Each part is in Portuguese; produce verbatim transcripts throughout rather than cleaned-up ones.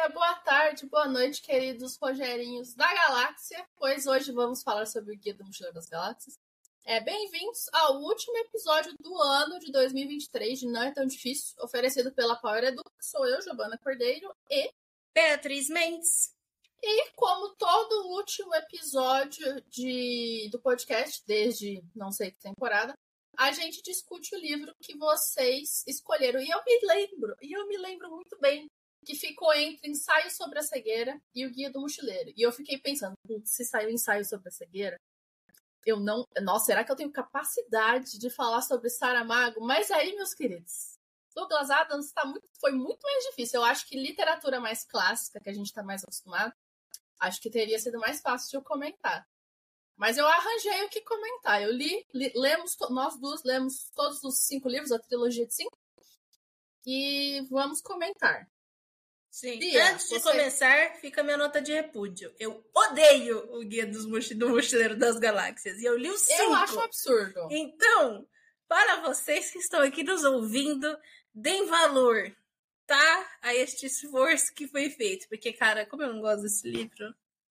dia, boa tarde, boa noite, queridos Rogerinhos da Galáxia, pois hoje vamos falar sobre o Guia do Mochileiro das Galáxias. É, bem-vindos ao último episódio do ano de dois mil e vinte e três de Não É Tão Difícil, oferecido pela Power Edu, que sou eu, Giovana Cordeiro, e Beatriz Mendes. E como todo último episódio de, do podcast, desde não sei que temporada, a gente discute o livro que vocês escolheram. E eu me lembro, e eu me lembro muito bem, que ficou entre Ensaio sobre a Cegueira e o Guia do Mochileiro. E eu fiquei pensando, se saiu Ensaio sobre a Cegueira, eu não... Nossa, será que eu tenho capacidade de falar sobre Saramago? Mas aí, meus queridos, Douglas Adams tá muito, foi muito mais difícil. Eu acho que literatura mais clássica, que a gente tá mais acostumado, acho que teria sido mais fácil de eu comentar. Mas eu arranjei o que comentar. Eu li, li lemos, nós duas lemos todos os cinco livros, a trilogia de cinco, e vamos comentar. Sim. Bia, Antes de você... começar, fica a minha nota de repúdio. Eu odeio o Guia dos Moch... do Mochileiro das Galáxias. E eu li os cinco. Eu acho um absurdo. Então, para vocês que estão aqui nos ouvindo, deem valor, tá? A este esforço que foi feito. Porque, cara, como eu não gosto desse livro...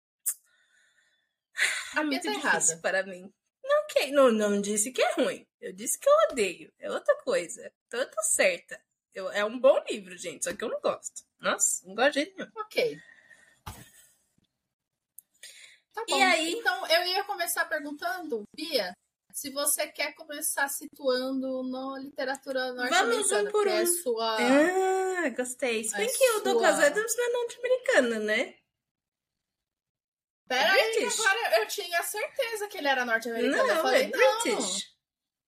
É muito tá difícil errada. para mim. Não, que... não, não disse que é ruim. Eu disse que eu odeio. É outra coisa. Então eu tô certa. Eu... É um bom livro, gente. Só que eu não gosto. Nossa, não gosto de jeito nenhum. Ok. Tá bom. E aí? Então, eu ia começar perguntando, Bia, se você quer começar situando na literatura norte-americana. Vamos um por um. É sua... Ah, gostei. Se bem é que o sua... Douglas Adams não é norte-americano, né? Pera é aí, British. agora eu tinha certeza que ele era norte-americano. Não, eu falei, é British. Não.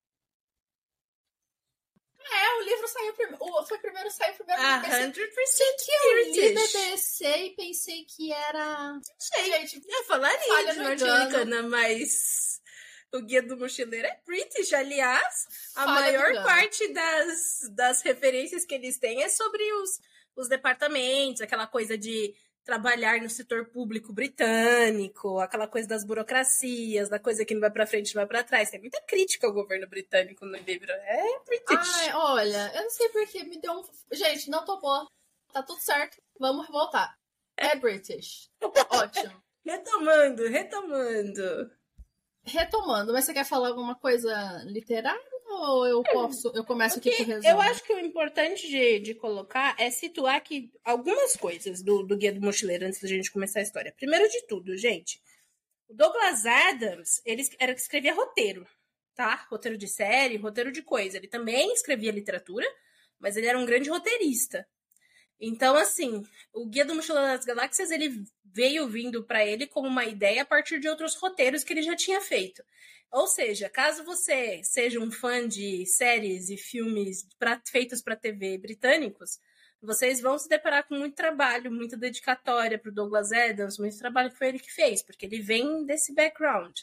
É, o livro saiu primeiro. Foi primeiro, saiu primeiro. Ah, pensei, cem por cento que eu li British. B B C e pensei que era... Não sei. Gente, eu falaria falha de no norte-americana, mas o Guia do Mochileiro é British. Aliás, a Falha maior do parte das, das referências que eles têm é sobre os, os departamentos, aquela coisa de trabalhar no setor público britânico, aquela coisa das burocracias, da coisa que não vai pra frente, não vai pra trás. Tem muita crítica ao governo britânico no livro. É British. Ai, olha, eu não sei porque me deu um... Gente, não tô boa. Tá tudo certo. Vamos voltar. É British. Ótimo. Retomando, retomando. Retomando, mas você quer falar alguma coisa literária ou eu posso, eu começo Porque aqui com o resumo? eu acho que o importante de, de colocar é situar aqui algumas coisas do, do Guia do Mochileiro antes da gente começar a história. Primeiro de tudo, gente, o Douglas Adams, ele era que escrevia roteiro, tá? Roteiro de série, roteiro de coisa. Ele também escrevia literatura, mas ele era um grande roteirista. Então, assim, o Guia do Mochileiro das Galáxias, ele veio vindo para ele como uma ideia a partir de outros roteiros que ele já tinha feito. Ou seja, caso você seja um fã de séries e filmes pra, feitos para T V britânicos, vocês vão se deparar com muito trabalho, muita dedicatória para o Douglas Adams, muito trabalho que foi ele que fez, porque ele vem desse background.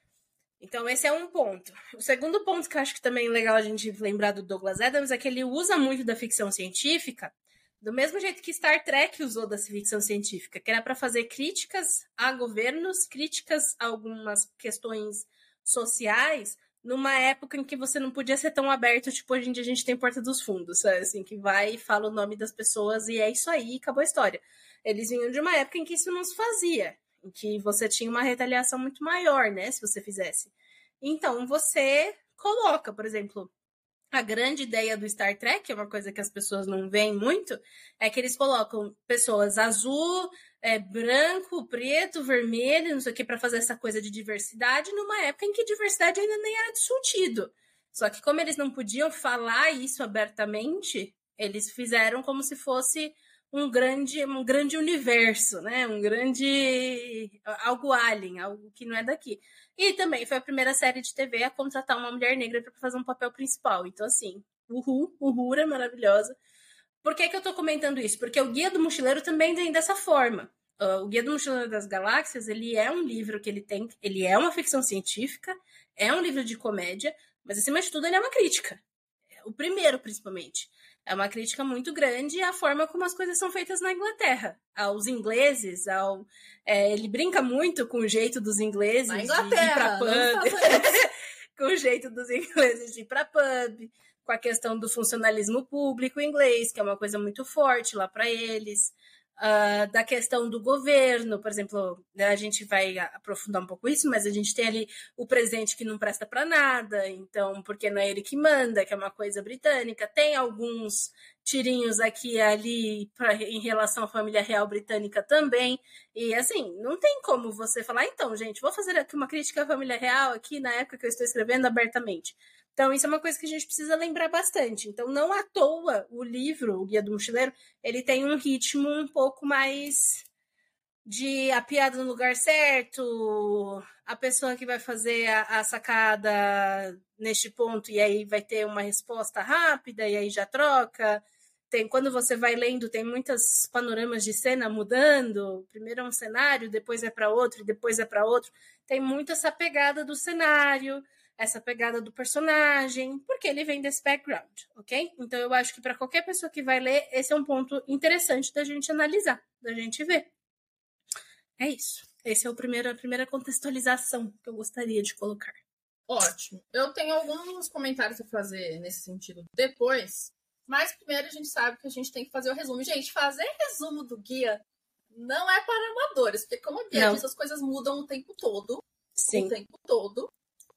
Então, esse é um ponto. O segundo ponto que eu acho que também é legal a gente lembrar do Douglas Adams é que ele usa muito da ficção científica do mesmo jeito que Star Trek usou da ficção científica, que era para fazer críticas a governos, críticas a algumas questões sociais, numa época em que você não podia ser tão aberto, tipo, hoje em dia a gente tem Porta dos Fundos, sabe? Assim, que vai e fala o nome das pessoas e é isso aí, acabou a história. Eles vinham de uma época em que isso não se fazia, em que você tinha uma retaliação muito maior, né, se você fizesse. Então, você coloca, por exemplo... A grande ideia do Star Trek, é uma coisa que as pessoas não veem muito, é que eles colocam pessoas azul, é, branco, preto, vermelho, não sei o que, para fazer essa coisa de diversidade, numa época em que diversidade ainda nem era discutido. Só que como eles não podiam falar isso abertamente, eles fizeram como se fosse um grande, um grande universo, né? Um grande... algo alien, algo que não é daqui. E também foi a primeira série de T V a contratar uma mulher negra para fazer um papel principal. Então, assim, uhul, uhul, é maravilhosa. Por que que eu tô comentando isso? Porque o Guia do Mochileiro também vem dessa forma. Uh, o Guia do Mochileiro das Galáxias, ele é um livro que ele tem... Ele é uma ficção científica, é um livro de comédia, mas, acima de tudo, ele é uma crítica. O primeiro, principalmente. É uma crítica muito grande à forma como as coisas são feitas na Inglaterra. Aos ingleses, ao... É, ele brinca muito com o jeito dos ingleses na de ir pra pub. Com o jeito dos ingleses de ir pra pub. Com a questão do funcionalismo público inglês, que é uma coisa muito forte lá para eles. uh, da questão do governo, por exemplo, a gente vai aprofundar um pouco isso, mas a gente tem ali o presidente que não presta para nada, então, porque não é ele que manda, que é uma coisa britânica. Tem alguns tirinhos aqui e ali pra, em relação à família real britânica também, e assim, não tem como você falar, então, gente, vou fazer aqui uma crítica à família real aqui na época que eu estou escrevendo abertamente. Então, isso é uma coisa que a gente precisa lembrar bastante. Então, não à toa, o livro, o Guia do Mochileiro, ele tem um ritmo um pouco mais de a piada no lugar certo, a pessoa que vai fazer a, a sacada neste ponto e aí vai ter uma resposta rápida e aí já troca. Tem, quando você vai lendo, tem muitos panoramas de cena mudando. Primeiro é um cenário, depois é para outro, depois é para outro. Tem muito essa pegada do cenário, essa pegada do personagem, porque ele vem desse background, ok? Então eu acho que para qualquer pessoa que vai ler, esse é um ponto interessante da gente analisar, da gente ver. É isso. Essa é o primeiro, a primeira contextualização que eu gostaria de colocar. Ótimo. Eu tenho alguns comentários a fazer nesse sentido depois, mas primeiro a gente sabe que a gente tem que fazer o resumo. Gente, fazer resumo do guia não é para amadores, porque como a Bia disse, as coisas mudam o tempo todo. Sim. O tempo todo.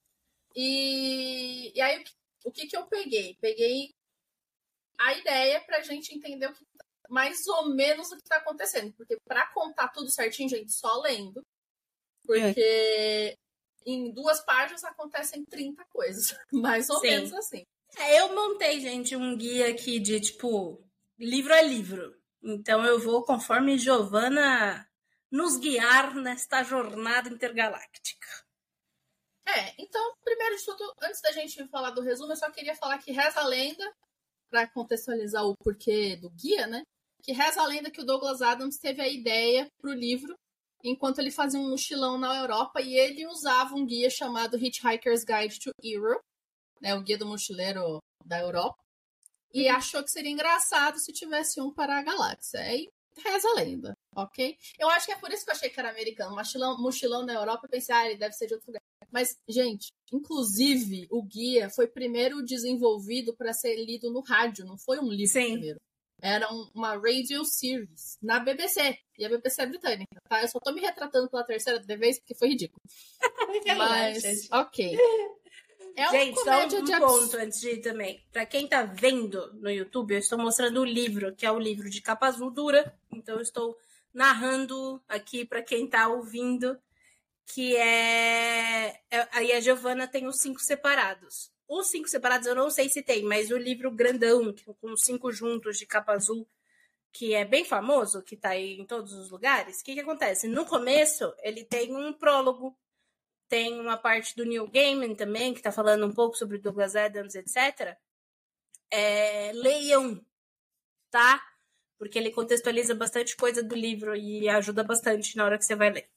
E, e aí, o que, que eu peguei? Peguei a ideia pra gente entender o que, mais ou menos o que tá acontecendo. Porque pra contar tudo certinho, gente, só lendo. Porque é. em duas páginas acontecem trinta coisas. Mais ou Sim. menos assim. É, eu montei, gente, um guia aqui de, tipo, livro a livro. Então eu vou conforme Giovana nos guiar nesta jornada intergaláctica. É, então, primeiro de tudo, antes da gente falar do resumo, eu só queria falar que reza a lenda, para contextualizar o porquê do guia, né? Que reza a lenda que o Douglas Adams teve a ideia pro livro enquanto ele fazia um mochilão na Europa e ele usava um guia chamado Hitchhiker's Guide to Europe, né? O guia do mochileiro da Europa, e uhum. achou que seria engraçado se tivesse um para a galáxia. Aí reza a lenda, ok? Eu acho que é por isso que eu achei que era americano. Mochilão, mochilão na Europa, eu pensei, ah, ele deve ser de outro lugar. Mas, gente, inclusive, o guia foi primeiro desenvolvido para ser lido no rádio, não foi um livro Sim. primeiro. Era um, uma radio series na B B C, e a B B C é britânica, tá? Eu só tô me retratando pela terceira vez porque foi ridículo. Mas, gente. ok. É uma gente, só um de ponto antes de ir também. Pra quem tá vendo no YouTube, eu estou mostrando o livro, que é o livro de capa azul dura. Então, eu estou narrando aqui pra quem tá ouvindo, que é... Aí a Giovana tem os cinco separados. Os cinco separados eu não sei se tem, mas o livro grandão, com os cinco juntos de capa azul, que é bem famoso, que tá aí em todos os lugares, o que que acontece? No começo, ele tem um prólogo, tem uma parte do Neil Gaiman também, que tá falando um pouco sobre Douglas Adams, etcétera. É, leiam, tá? Porque ele contextualiza bastante coisa do livro e ajuda bastante na hora que você vai ler.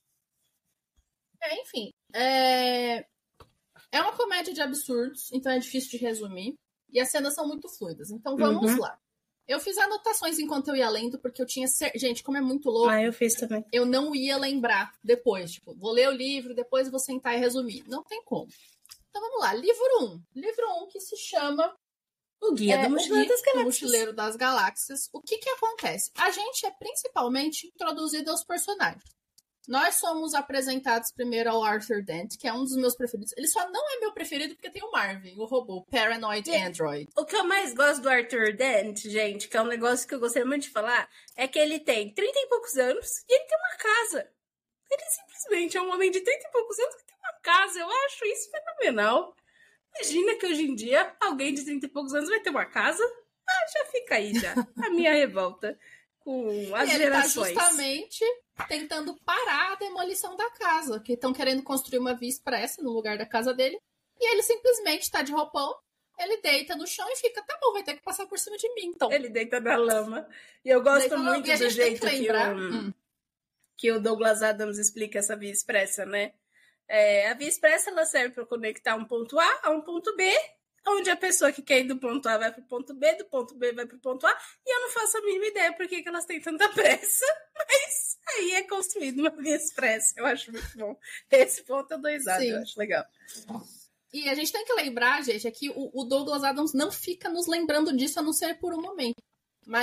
É, enfim, é... é uma comédia de absurdos, então é difícil de resumir. E as cenas são muito fluidas. Então vamos uhum. lá. Eu fiz anotações enquanto eu ia lendo, porque eu tinha... Cer... Gente, como é muito louco... Ah, eu fiz também. Eu não ia lembrar depois. Tipo, vou ler o livro, depois vou sentar e resumir. Não tem como. Então vamos lá. Livro um. Livro um que se chama... O Guia é, do Mochileiro das Galáxias. Mochileiro das Galáxias. O que que acontece? A gente é principalmente introduzido aos personagens. Nós somos apresentados primeiro ao Arthur Dent, que é um dos meus preferidos. Ele só não é meu preferido porque tem o Marvin, o robô, o Paranoid e Android. O que eu mais gosto do Arthur Dent, gente, que é um negócio que eu gostaria muito de falar, é que ele tem trinta e poucos anos e ele tem uma casa. Ele simplesmente é um homem de trinta e poucos anos que tem uma casa. Eu acho isso fenomenal. Imagina que hoje em dia alguém de trinta e poucos anos vai ter uma casa. Ah, já fica aí já. A minha revolta com as e gerações. Ele tá justamente tentando parar a demolição da casa, que estão querendo construir uma via expressa no lugar da casa dele, e ele simplesmente tá de roupão, ele deita no chão e fica, tá bom, vai ter que passar por cima de mim, então. Ele deita na lama. E eu gosto deita muito do jeito que, que, o, hum. que o Douglas Adams explica essa via expressa, né? É, a via expressa, ela serve para conectar um ponto A a um ponto B, onde a pessoa que quer ir do ponto A vai pro ponto B, do ponto B vai pro ponto A, e eu não faço a mínima ideia por que elas têm tanta pressa, mas aí é construído uma via expressa. Eu acho muito bom. Esse ponto eu dou risada, eu acho legal. E a gente tem que lembrar, gente, é que o, o Douglas Adams não fica nos lembrando disso, a não ser por um momento. Mas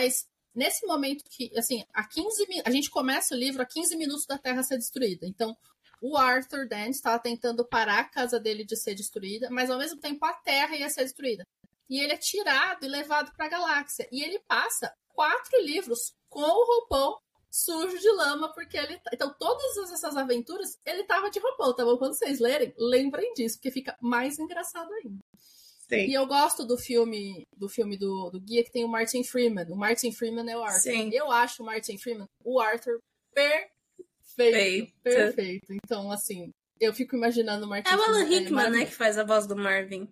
nesse momento que, assim, a quinze a gente começa o livro a quinze minutos da Terra ser destruída. Então, o Arthur Dent estava tentando parar a casa dele de ser destruída, mas ao mesmo tempo a Terra ia ser destruída. E ele é tirado e levado para a galáxia. E ele passa quatro livros com o roupão sujo de lama, porque ele... Então, todas essas aventuras, ele tava de roupão, tá bom? Quando vocês lerem, lembrem disso, porque fica mais engraçado ainda. Sim. E eu gosto do filme do filme do, do Guia, que tem o Martin Freeman. O Martin Freeman é o Arthur. Sim. Eu acho o Martin Freeman o Arthur perfeito. Feito. Perfeito. Então, assim, eu fico imaginando o Martin É o Alan Freeman, Rickman, é né, que faz a voz do Marvin.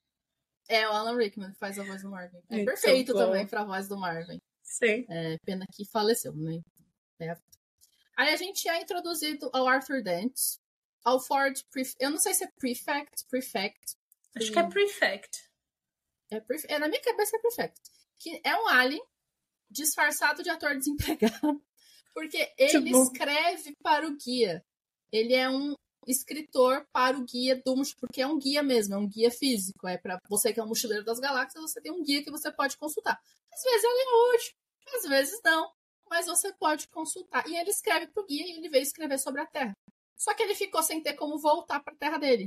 É o Alan Rickman que faz a voz do Marvin. É Muito perfeito bom. também pra voz do Marvin. Sim. É, pena que faleceu, né? É. Aí a gente é introduzido ao Arthur Dent, ao Ford Pref... Eu não sei se é Prefect, Prefect. Acho que é Prefect. É, pref... é, na minha cabeça é Prefect. Que é um alien disfarçado de ator desempregado. Porque ele Tipo... escreve para o guia. Ele é um escritor para o guia do mochileiro, porque é um guia mesmo, é um guia físico. É para você que é um mochileiro das galáxias, você tem um guia que você pode consultar. Às vezes ele é útil, às vezes não, mas você pode consultar. E ele escreve para o guia e ele veio escrever sobre a Terra. Só que ele ficou sem ter como voltar para a Terra dele.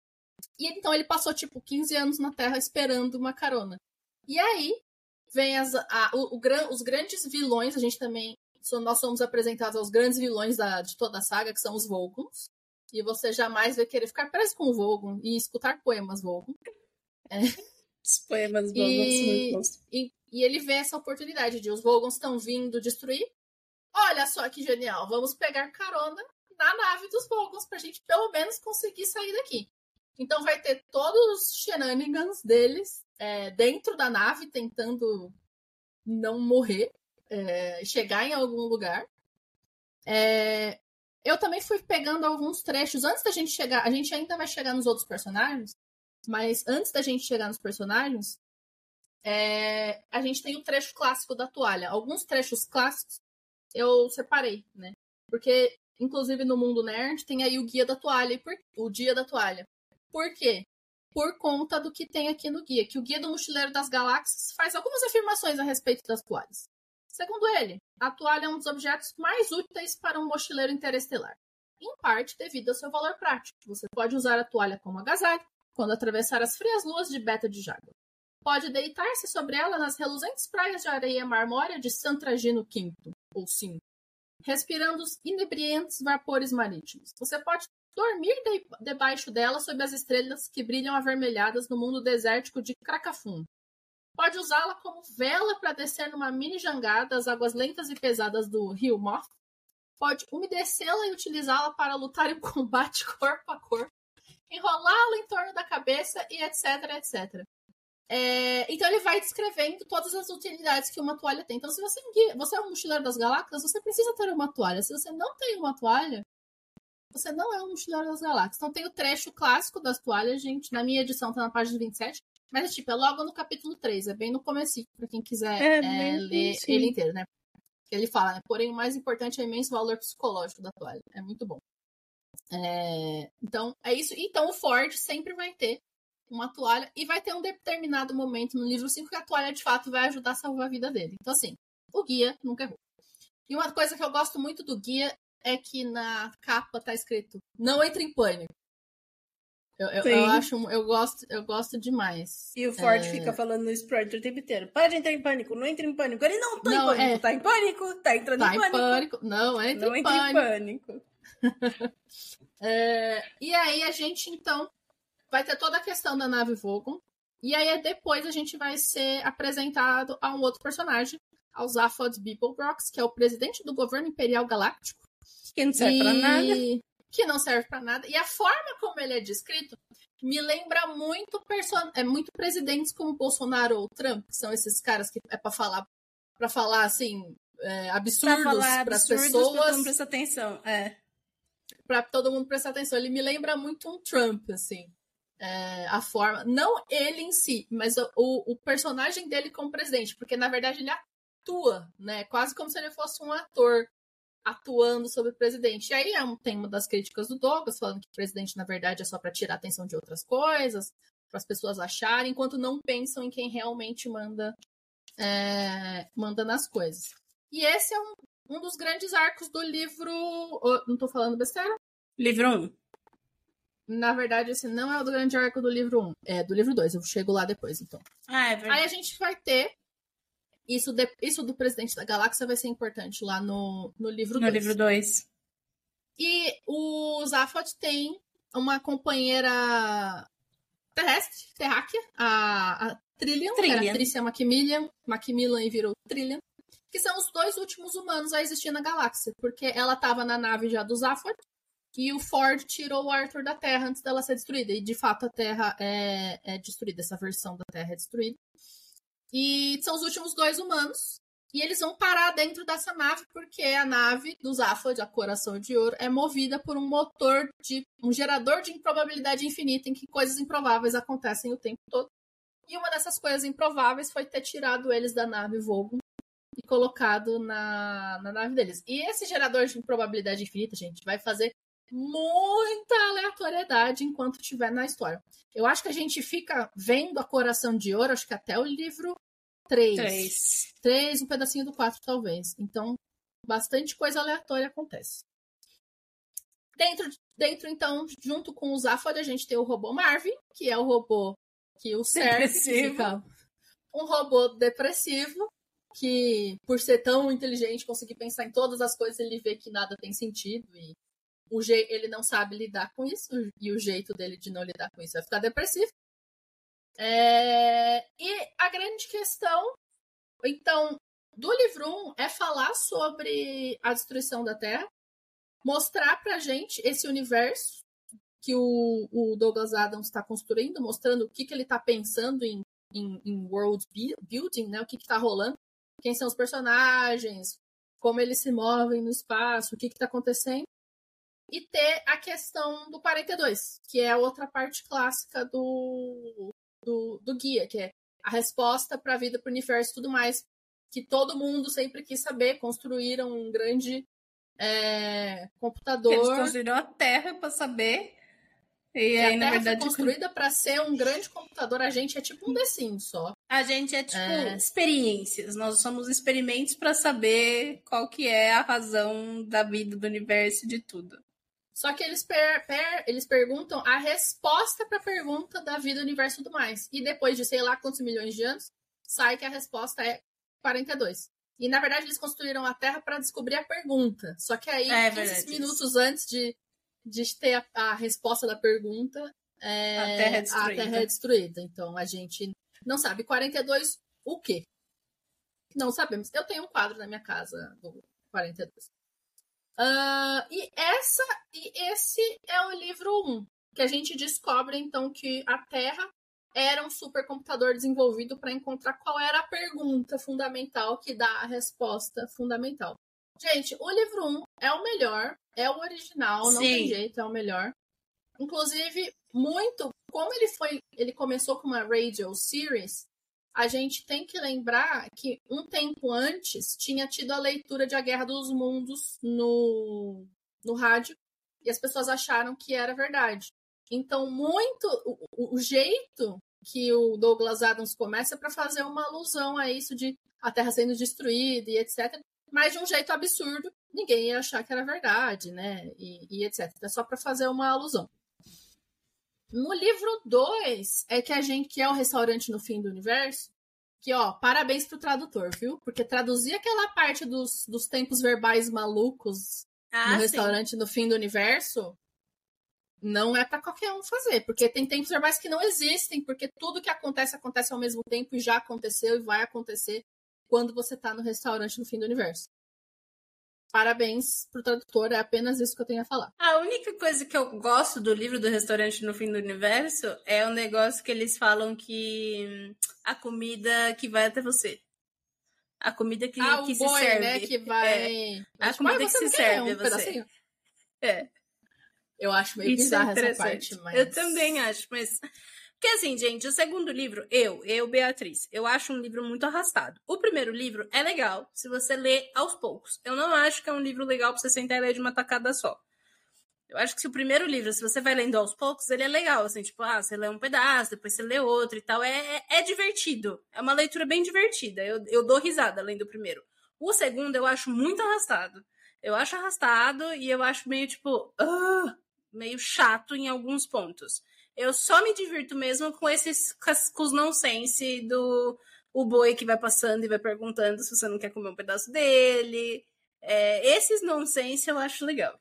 E então ele passou tipo quinze anos na Terra esperando uma carona. E aí vem as, a, o, o, os grandes vilões, a gente também, nós somos apresentados aos grandes vilões da, de toda a saga, que são os Vogons. E você jamais vai querer ficar preso com o Vogon e escutar poemas Vogon. É. Os poemas Vogon e, são muito bons. E, e ele vê essa oportunidade de os Vogons estão vindo destruir. Olha só que genial, vamos pegar carona na nave dos Vogons pra gente pelo menos conseguir sair daqui. Então vai ter todos os shenanigans deles é, dentro da nave, tentando não morrer, é, chegar em algum lugar. É... Eu também fui pegando alguns trechos. Antes da gente chegar... A gente ainda vai chegar nos outros personagens. Mas antes da gente chegar nos personagens... É... A gente tem o trecho clássico da toalha. Alguns trechos clássicos eu separei, né? Porque, inclusive, no mundo nerd, tem aí o guia da toalha. Por... O dia da toalha. Por quê? Por conta do que tem aqui no guia. Que o Guia do Mochileiro das Galáxias faz algumas afirmações a respeito das toalhas. Segundo ele, a toalha é um dos objetos mais úteis para um mochileiro interestelar, em parte devido ao seu valor prático. Você pode usar a toalha como agasalho quando atravessar as frias luas de Beta de Jágua. Pode deitar-se sobre ela nas reluzentes praias de areia marmórea de Santragino quinto, ou cinco, respirando os inebriantes vapores marítimos. Você pode dormir de- debaixo dela sob as estrelas que brilham avermelhadas no mundo desértico de Kracafum. Pode usá-la como vela para descer numa mini jangada às águas lentas e pesadas do rio Moth. Pode umedecê-la e utilizá-la para lutar em combate corpo a corpo. Enrolá-la em torno da cabeça e etc, etcétera. É, então ele vai descrevendo todas as utilidades que uma toalha tem. Então se você, você é um mochileiro das galáxias, você precisa ter uma toalha. Se você não tem uma toalha, você não é um mochileiro das galáxias. Então tem o trecho clássico das toalhas, gente. Na minha edição tá na página vinte e sete. Mas, tipo, é logo no capítulo três, é bem no comecinho, pra quem quiser É, é, ler sim. ele inteiro, né? Ele fala, né? Porém, o mais importante é o imenso valor psicológico da toalha. É muito bom. É... Então, é isso. Então, o Ford sempre vai ter uma toalha e vai ter um determinado momento no livro cinco que a toalha, de fato, vai ajudar a salvar a vida dele. Então, assim, o guia nunca errou. E uma coisa que eu gosto muito do guia é que na capa tá escrito, não entre em pânico. Eu, eu, eu acho, eu gosto, eu gosto demais. E o Ford é... fica falando isso pro Arthur o tempo inteiro. Para de entrar em pânico, não entre em pânico. Ele não tá Não, em pânico, é... tá em pânico, tá entrando tá em pânico. pânico. Não, entra não em entre pânico. em pânico. é... E aí a gente, então, vai ter toda a questão da nave Vogon. E aí depois a gente vai ser apresentado a um outro personagem, ao Zaphod Beeblebrox, que é o presidente do governo imperial galáctico. Que não serve e... pra nada. Que não serve pra nada. E a forma como ele é descrito me lembra muito, perso... é, muito presidentes como Bolsonaro ou Trump, que são esses caras que é pra falar, pra falar assim, é, absurdos para as pessoas. Pra todo mundo prestar atenção, é. Pra todo mundo prestar atenção. Ele me lembra muito um Trump, assim. É, a forma, não ele em si, mas o, o personagem dele como presidente, porque na verdade ele atua, né? Quase como se ele fosse um ator atuando sobre o presidente. E aí é um, tem uma das críticas do Douglas, falando que o presidente, na verdade, é só para tirar a atenção de outras coisas, para as pessoas acharem, enquanto não pensam em quem realmente manda é, mandando as coisas. E esse é um, um dos grandes arcos do livro... Oh, não tô falando besteira? Livro um. Na verdade, esse não é o do grande arco do livro um. É do livro dois. Eu chego lá depois, então. Ah, é verdade. Aí a gente vai ter... Isso, de, isso do Presidente da Galáxia vai ser importante lá no, no livro dois. No livro dois. E o Zaphod tem uma companheira terrestre, terráquea, a, a Trillian, Trillian. que era a Tricia Macmillan, Macmillan e virou Trillian, que são os dois últimos humanos a existir na galáxia, porque ela estava na nave já do Zaphod, e o Ford tirou o Arthur da Terra antes dela ser destruída, e de fato a Terra é, é destruída, essa versão da Terra é destruída. E são os últimos dois humanos, e eles vão parar dentro dessa nave, porque a nave do Zaphod, a Coração de Ouro, é movida por um motor de um gerador de improbabilidade infinita, em que coisas improváveis acontecem o tempo todo. E uma dessas coisas improváveis foi ter tirado eles da nave Vogon e colocado na, na nave deles. E esse gerador de improbabilidade infinita, gente, vai fazer muita aleatoriedade enquanto estiver na história. Eu acho que a gente fica vendo a Coração de Ouro, acho que até o livro três. Três. Três, um pedacinho do quatro, talvez. Então, bastante coisa aleatória acontece. Dentro, dentro então, junto com o Zaphod, a gente tem o robô Marvin, que é o robô que o serve, que fica um robô depressivo, que, por ser tão inteligente, conseguir pensar em todas as coisas, ele vê que nada tem sentido e o je- ele não sabe lidar com isso, e o jeito dele de não lidar com isso é ficar depressivo. É... E a grande questão, então, do livro um é falar sobre a destruição da Terra, mostrar pra gente esse universo que o, o Douglas Adams está construindo, mostrando o que, que ele está pensando em, em, em world building, né? O que está rolando, quem são os personagens, como eles se movem no espaço, o que está acontecendo. E ter a questão do quarenta e dois, que é a outra parte clássica do, do, do guia, que é a resposta para a vida, para o universo e tudo mais, que todo mundo sempre quis saber. Construíram um grande é, computador. Eles construíram a Terra para saber. E aí, a na Terra verdade, foi construída para ser um grande computador. A gente é tipo um The Sims só. A gente é tipo É. experiências. Nós somos experimentos para saber qual que é a razão da vida, do universo e de tudo. Só que eles, per, per, eles perguntam a resposta para a pergunta da vida, universo e tudo mais. E depois de sei lá quantos milhões de anos, sai que a resposta é quarenta e dois. E na verdade eles construíram a Terra para descobrir a pergunta. Só que aí, É quinze verdade, minutos isso. antes de, de ter a, a resposta da pergunta, é, A Terra é destruída. a Terra é destruída. Então a gente não sabe. quarenta e dois o quê? Não sabemos. Eu tenho um quadro na minha casa do quarenta e dois. Uh, e, essa, e esse é o livro um, que a gente descobre então que a Terra era um supercomputador desenvolvido para encontrar qual era a pergunta fundamental que dá a resposta fundamental. Gente, o livro um é o melhor, é o original, não Sim. tem jeito, é o melhor. Inclusive, muito, como ele foi, ele começou com uma radio series, a gente tem que lembrar que um tempo antes tinha tido a leitura de A Guerra dos Mundos no, no rádio e as pessoas acharam que era verdade. Então, muito o, o jeito que o Douglas Adams começa é para fazer uma alusão a isso de a Terra sendo destruída e etcétera. Mas de um jeito absurdo, ninguém ia achar que era verdade, né? E, e etcétera. É só para fazer uma alusão. No livro dois é que a gente, que é o Restaurante no Fim do Universo, que, ó, parabéns pro tradutor, viu? Porque traduzir aquela parte dos, dos tempos verbais malucos ah, no sim. Restaurante no Fim do Universo não é pra qualquer um fazer, porque tem tempos verbais que não existem, porque tudo que acontece, acontece ao mesmo tempo e já aconteceu e vai acontecer quando você tá no Restaurante no Fim do Universo. Parabéns pro tradutor, é apenas isso que eu tenho a falar. A única coisa que eu gosto do livro do Restaurante no Fim do Universo é o negócio que eles falam que a comida que vai até você. A comida que, ah, que o se boi, serve. né, que vai... É. A tipo, comida ah, que se não serve um a você. Pedacinho? É. Eu acho meio Isso bizarra é essa interessante. parte, mas... Eu também acho, mas... Porque assim, gente, o segundo livro, eu, eu, Beatriz, eu acho um livro muito arrastado. O primeiro livro é legal se você lê aos poucos. Eu não acho que é um livro legal pra você sentar e ler de uma tacada só. Eu acho que se o primeiro livro, se você vai lendo aos poucos, ele é legal, assim, tipo, ah, você lê um pedaço, depois você lê outro e tal, é, é, é divertido, é uma leitura bem divertida, eu, eu dou risada lendo o primeiro. O segundo eu acho muito arrastado, eu acho arrastado e eu acho meio, tipo, uh, meio chato em alguns pontos. Eu só me divirto mesmo com esses, com os nonsense do o boi que vai passando e vai perguntando se você não quer comer um pedaço dele, é, esses nonsense eu acho legal.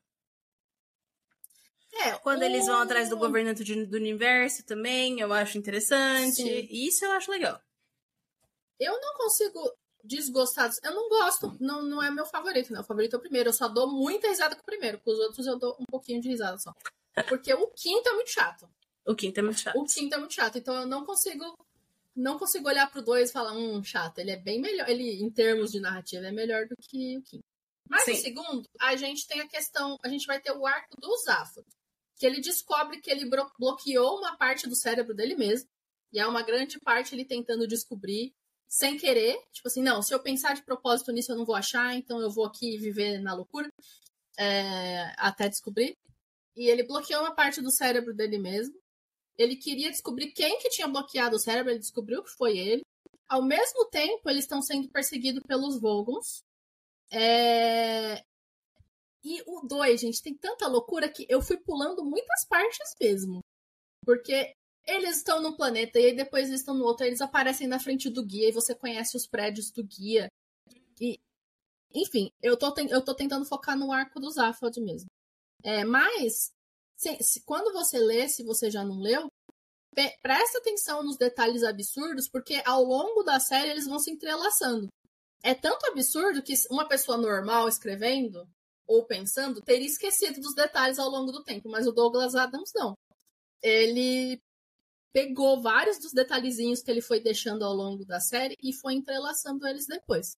É, Quando o... eles vão atrás do governante de, do universo também, eu acho interessante. Sim. Isso eu acho legal. Eu não consigo desgostar. Eu não gosto, não, não é meu favorito, né? O favorito é o primeiro. Eu só dou muita risada com o primeiro. Com os outros eu dou um pouquinho de risada só. Porque o quinto é muito chato. O quinto é muito chato. O quinto é muito chato. Então eu não consigo. Não consigo olhar pro dois e falar, hum, chato. Ele é bem melhor. Ele, em termos de narrativa, é melhor do que o quinto. Mas Sim. no segundo, a gente tem a questão. A gente vai ter o arco do Zaphod. Que ele descobre que ele bloqueou uma parte do cérebro dele mesmo. E é uma grande parte ele tentando descobrir, sem querer. Tipo assim, não, se eu pensar de propósito nisso, eu não vou achar, então eu vou aqui viver na loucura. É, até descobrir. E ele bloqueou uma parte do cérebro dele mesmo. Ele queria descobrir quem que tinha bloqueado o cérebro, ele descobriu que foi ele. Ao mesmo tempo, eles estão sendo perseguidos pelos Vogons. É... E o dois, gente, tem tanta loucura que eu fui pulando muitas partes mesmo. Porque eles estão num planeta e aí depois eles estão no outro, aí eles aparecem na frente do guia e você conhece os prédios do guia. E, enfim, eu tô, te- eu tô tentando focar no arco do Zaphod mesmo. É, mas, se, se- quando você lê, se você já não leu, pe- presta atenção nos detalhes absurdos, porque ao longo da série eles vão se entrelaçando. É tanto absurdo que uma pessoa normal escrevendo ou pensando teria esquecido dos detalhes ao longo do tempo, mas o Douglas Adams não. Ele pegou vários dos detalhezinhos que ele foi deixando ao longo da série e foi entrelaçando eles depois.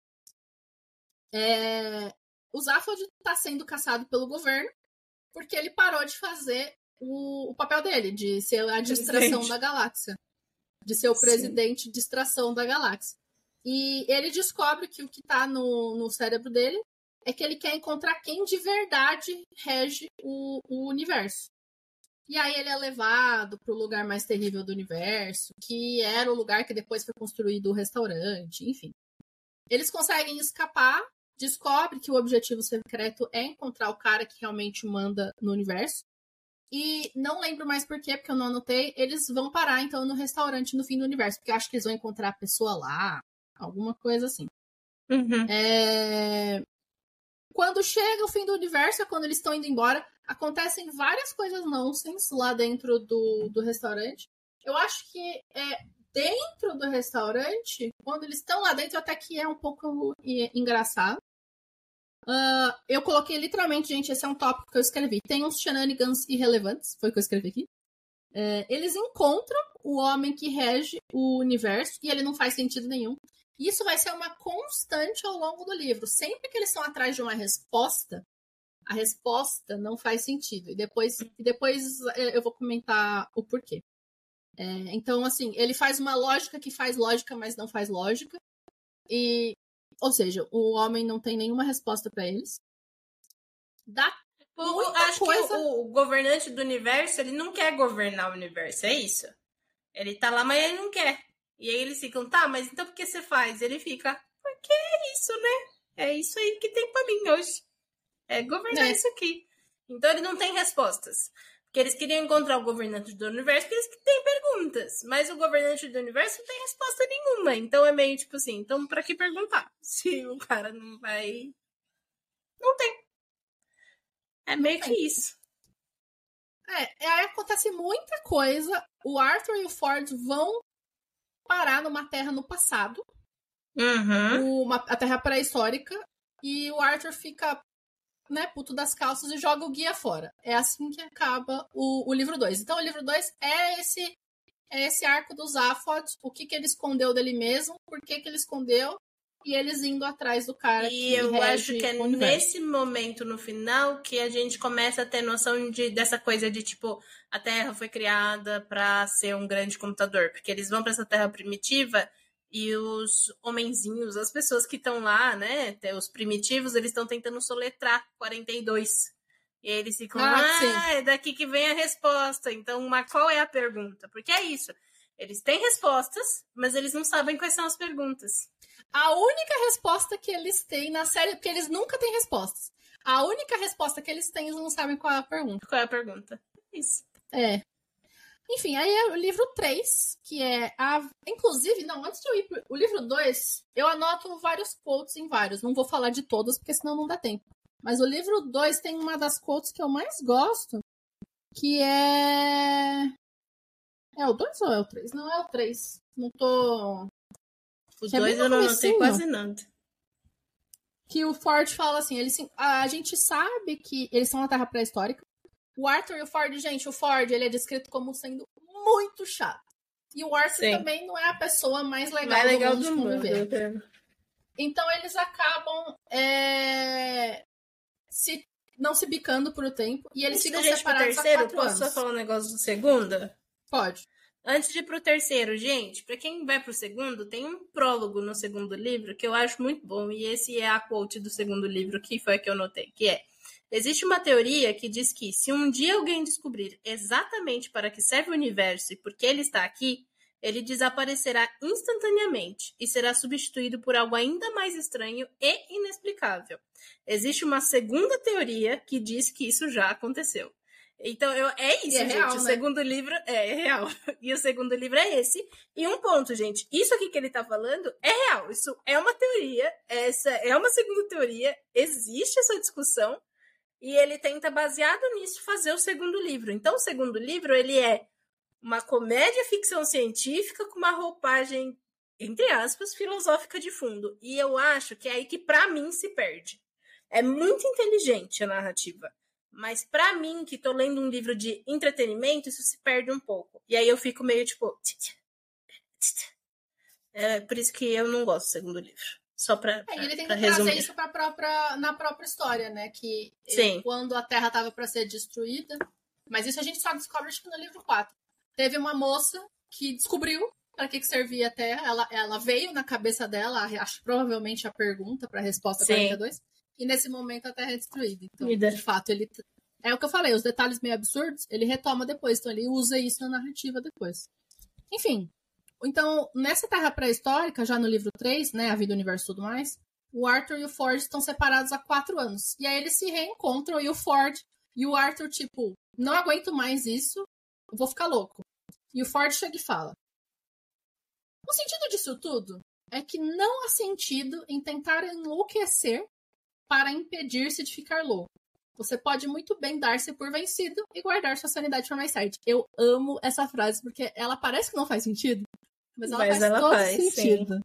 É... O Zaphod está sendo caçado pelo governo porque ele parou de fazer o, o papel dele, de ser a distração presidente. da galáxia. De ser o Sim. presidente de distração da galáxia. E ele descobre que o que está no, no cérebro dele é que ele quer encontrar quem de verdade rege o, o universo. E aí ele é levado para o lugar mais terrível do universo, que era o lugar que depois foi construído o restaurante, enfim. Eles conseguem escapar, descobre que o objetivo secreto é encontrar o cara que realmente manda no universo. E não lembro mais por quê, porque eu não anotei. Eles vão parar, então, no restaurante no fim do universo, porque eu acho que eles vão encontrar a pessoa lá, alguma coisa assim. Uhum. É... Quando chega o fim do universo, é quando eles estão indo embora, acontecem várias coisas nonsense lá dentro do, do restaurante. Eu acho que é dentro do restaurante, quando eles estão lá dentro, até que é um pouco engraçado. Uh, eu coloquei literalmente, gente, esse é um tópico que eu escrevi. Tem uns shenanigans irrelevantes, foi o que eu escrevi aqui. É, eles encontram o homem que rege o universo e ele não faz sentido nenhum. Isso vai ser uma constante ao longo do livro. Sempre que eles estão atrás de uma resposta, a resposta não faz sentido. E depois, e depois eu vou comentar o porquê. É, então, assim, ele faz uma lógica que faz lógica, mas não faz lógica. E, ou seja, o homem não tem nenhuma resposta para eles. Dá muita Acho coisa... que o, o governante do universo, ele não quer governar o universo, é isso? Ele tá lá, mas ele não quer. E aí eles ficam, tá, mas então por que você faz? Ele fica, porque é isso, né? É isso aí que tem pra mim hoje. É governar é. isso aqui. Então ele não tem respostas. Porque eles queriam encontrar o governante do universo porque eles têm perguntas. Mas o governante do universo não tem resposta nenhuma. Então é meio tipo assim, então pra que perguntar? Se o cara não vai... Não tem. É meio que isso. É, aí acontece muita coisa. O Arthur e o Ford vão parar numa terra no passado. Uhum. Uma, a terra pré-histórica. E o Arthur fica, né, puto das calças e joga o guia fora. É assim que acaba o, o livro dois. Então o livro dois é esse, é esse arco do Zaphod. O que, que ele escondeu dele mesmo. Por que, que ele escondeu. E eles indo atrás do cara e que eu acho que é universo. Nesse momento, no final, que a gente começa a ter noção de, dessa coisa de, tipo, a Terra foi criada para ser um grande computador. Porque eles vão para essa Terra primitiva e os homenzinhos, as pessoas que estão lá, né, os primitivos, eles estão tentando soletrar quarenta e dois. E aí eles ficam, Ah, ah, sim. é daqui que vem a resposta. Então, mas qual é a pergunta? Porque é isso. Eles têm respostas, mas eles não sabem quais são as perguntas. A única resposta que eles têm na série, porque eles nunca têm respostas. A única resposta que eles têm, eles não sabem qual é a pergunta. Qual é a pergunta? Isso. É. Enfim, aí é o livro três, que é a... Inclusive, não, antes de eu ir pro o livro dois, eu anoto vários quotes em vários. Não vou falar de todos, porque senão não dá tempo. Mas o livro dois tem uma das quotes que eu mais gosto, que é... É o dois ou é o três? Não, é o três. Não tô... Os é dois eu não notei quase nada. Que o Ford fala assim, ele, a gente sabe que eles são na Terra pré-histórica. O Arthur e o Ford, gente, o Ford, ele é descrito como sendo muito chato. E o Arthur Sim. também não é a pessoa mais legal, mais legal do mundo de conviver. Mundo. Então eles acabam é, se, não se bicando por um tempo. E eles Antes ficam gente separados terceiro, há quatro posso anos. Posso só falar um negócio do segundo? Pode. Antes de ir pro terceiro, gente, pra quem vai pro segundo, tem um prólogo no segundo livro que eu acho muito bom. E esse é a quote do segundo livro, que foi a que eu notei, que é: existe uma teoria que diz que se um dia alguém descobrir exatamente para que serve o universo e por que ele está aqui, ele desaparecerá instantaneamente e será substituído por algo ainda mais estranho e inexplicável. Existe uma segunda teoria que diz que isso já aconteceu. Então, eu, é isso, é gente. Real, o né? segundo livro é, é real. E o segundo livro é esse. E um ponto, gente. Isso aqui que ele tá falando é real. Isso é uma teoria. Essa é uma segunda teoria. Existe essa discussão. E ele tenta, baseado nisso, fazer o segundo livro. Então, o segundo livro, ele é uma comédia ficção científica com uma roupagem, entre aspas, filosófica de fundo. E eu acho que é aí que, pra mim, se perde. É muito inteligente a narrativa. Mas pra mim, que tô lendo um livro de entretenimento, isso se perde um pouco. E aí eu fico meio tipo... É por isso que eu não gosto do segundo livro. Só pra, pra é, ele tenta trazer isso pra própria, na própria história, né? Que Sim. quando a Terra tava pra ser destruída... Mas isso a gente só descobre, acho que no livro quatro. Teve uma moça que descobriu para que, que servia a Terra. Ela, ela veio na cabeça dela, acho provavelmente a pergunta para a resposta Sim. quarenta e dois. E nesse momento a Terra é destruída. Então, Ida. de fato, ele... É o que eu falei, os detalhes meio absurdos, ele retoma depois. Então, ele usa isso na narrativa depois. Enfim. Então, nessa Terra pré-histórica, já no livro três, né, A Vida, o Universo e tudo mais, o Arthur e o Ford estão separados há quatro anos. E aí eles se reencontram e o Ford e o Arthur, tipo, não aguento mais isso, vou ficar louco. E o Ford chega e fala: o sentido disso tudo é que não há sentido em tentar enlouquecer para impedir-se de ficar louco. Você pode muito bem dar-se por vencido e guardar sua sanidade para mais tarde. Eu amo essa frase porque ela parece que não faz sentido, mas ela mas faz ela todo faz, sentido. Sim.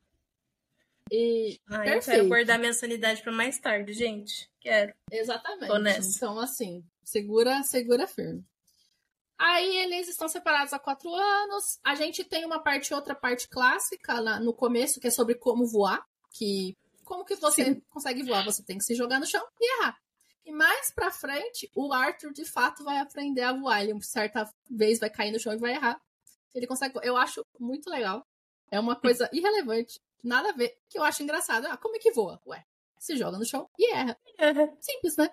E ah, perfeito. Eu quero guardar minha sanidade para mais tarde, gente. Quero. Exatamente. Então, assim, segura, segura firme. Aí eles estão separados há quatro anos. A gente tem uma parte, outra parte clássica lá no começo, que é sobre como voar. Que como que você Sim. consegue voar? Você tem que se jogar no chão e errar. E mais pra frente, o Arthur de fato vai aprender a voar. Ele certa vez vai cair no chão e vai errar. Ele consegue. Eu acho muito legal. É uma coisa irrelevante, nada a ver, que eu acho engraçado. Ah, como é que voa? Ué, se joga no chão e erra. Uhum. Simples, né?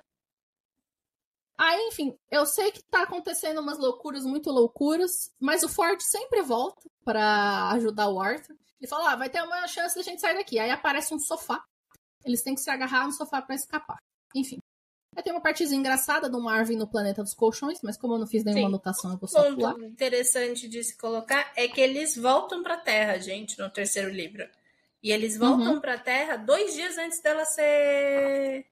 Aí, enfim, eu sei que tá acontecendo umas loucuras, muito loucuras, mas o Ford sempre volta pra ajudar o Arthur. Ele fala, ah, vai ter uma chance da gente sair daqui. Aí aparece um sofá. Eles têm que se agarrar no sofá pra escapar. Enfim. Aí tem uma partezinha engraçada do Marvin no Planeta dos Colchões, mas como eu não fiz nenhuma Sim. anotação, eu vou só pular. Um ponto interessante de se colocar é que eles voltam pra Terra, gente, no terceiro livro. E eles voltam uhum. pra Terra dois dias antes dela ser...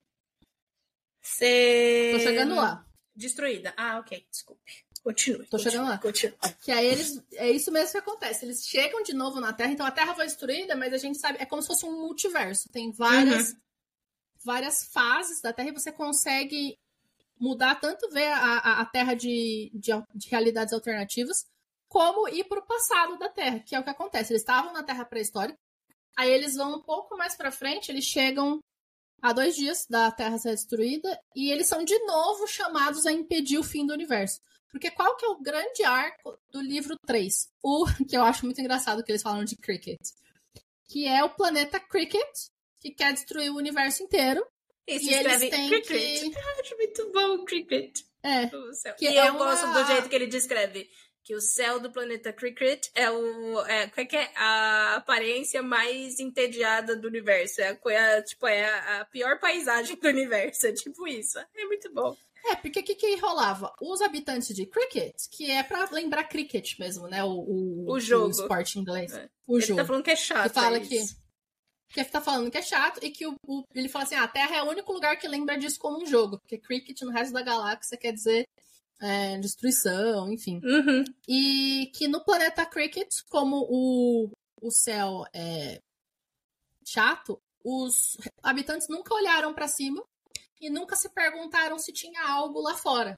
ser... Tô chegando lá. Destruída. Ah, ok. Desculpe. Continue. Tô continue, chegando lá. Continue. Que aí eles... É isso mesmo que acontece. Eles chegam de novo na Terra, então a Terra foi destruída, mas a gente sabe... É como se fosse um multiverso. Tem várias... Uhum. várias fases da Terra e você consegue mudar, tanto ver a, a, a Terra de, de, de realidades alternativas, como ir para o passado da Terra, que é o que acontece. Eles estavam na Terra pré-histórica, aí eles vão um pouco mais para frente, eles chegam a dois dias da Terra ser destruída, e eles são de novo chamados a impedir o fim do universo. Porque qual que é o grande arco do livro três? O que eu acho muito engraçado que eles falam de Cricket. Que é o planeta Cricket, que quer destruir o universo inteiro. E se E eles escreve têm cricket. que... Eu acho muito bom o cricket. É. O céu. Que E é eu uma- gosto do jeito que ele descreve. Que o céu do planeta Cricket é o. É, qual é que é a aparência mais entediada do universo? É, a- é, tipo, é a, a pior paisagem do universo. É tipo isso. É muito bom. É, porque o que, que rolava? Os habitantes de cricket, que é pra lembrar cricket mesmo, né? O, o, O jogo. o esporte inglês. É. O Ele jogo. tá falando que é chato. Que fala é que, isso. que tá falando que é chato e que o, o- ele fala assim: ah, a Terra é o único lugar que lembra disso como um jogo. Porque cricket no resto da galáxia quer dizer é, destruição, enfim. Uhum. E que no planeta cricket, como o, o céu é chato, os habitantes nunca olharam pra cima e nunca se perguntaram se tinha algo lá fora.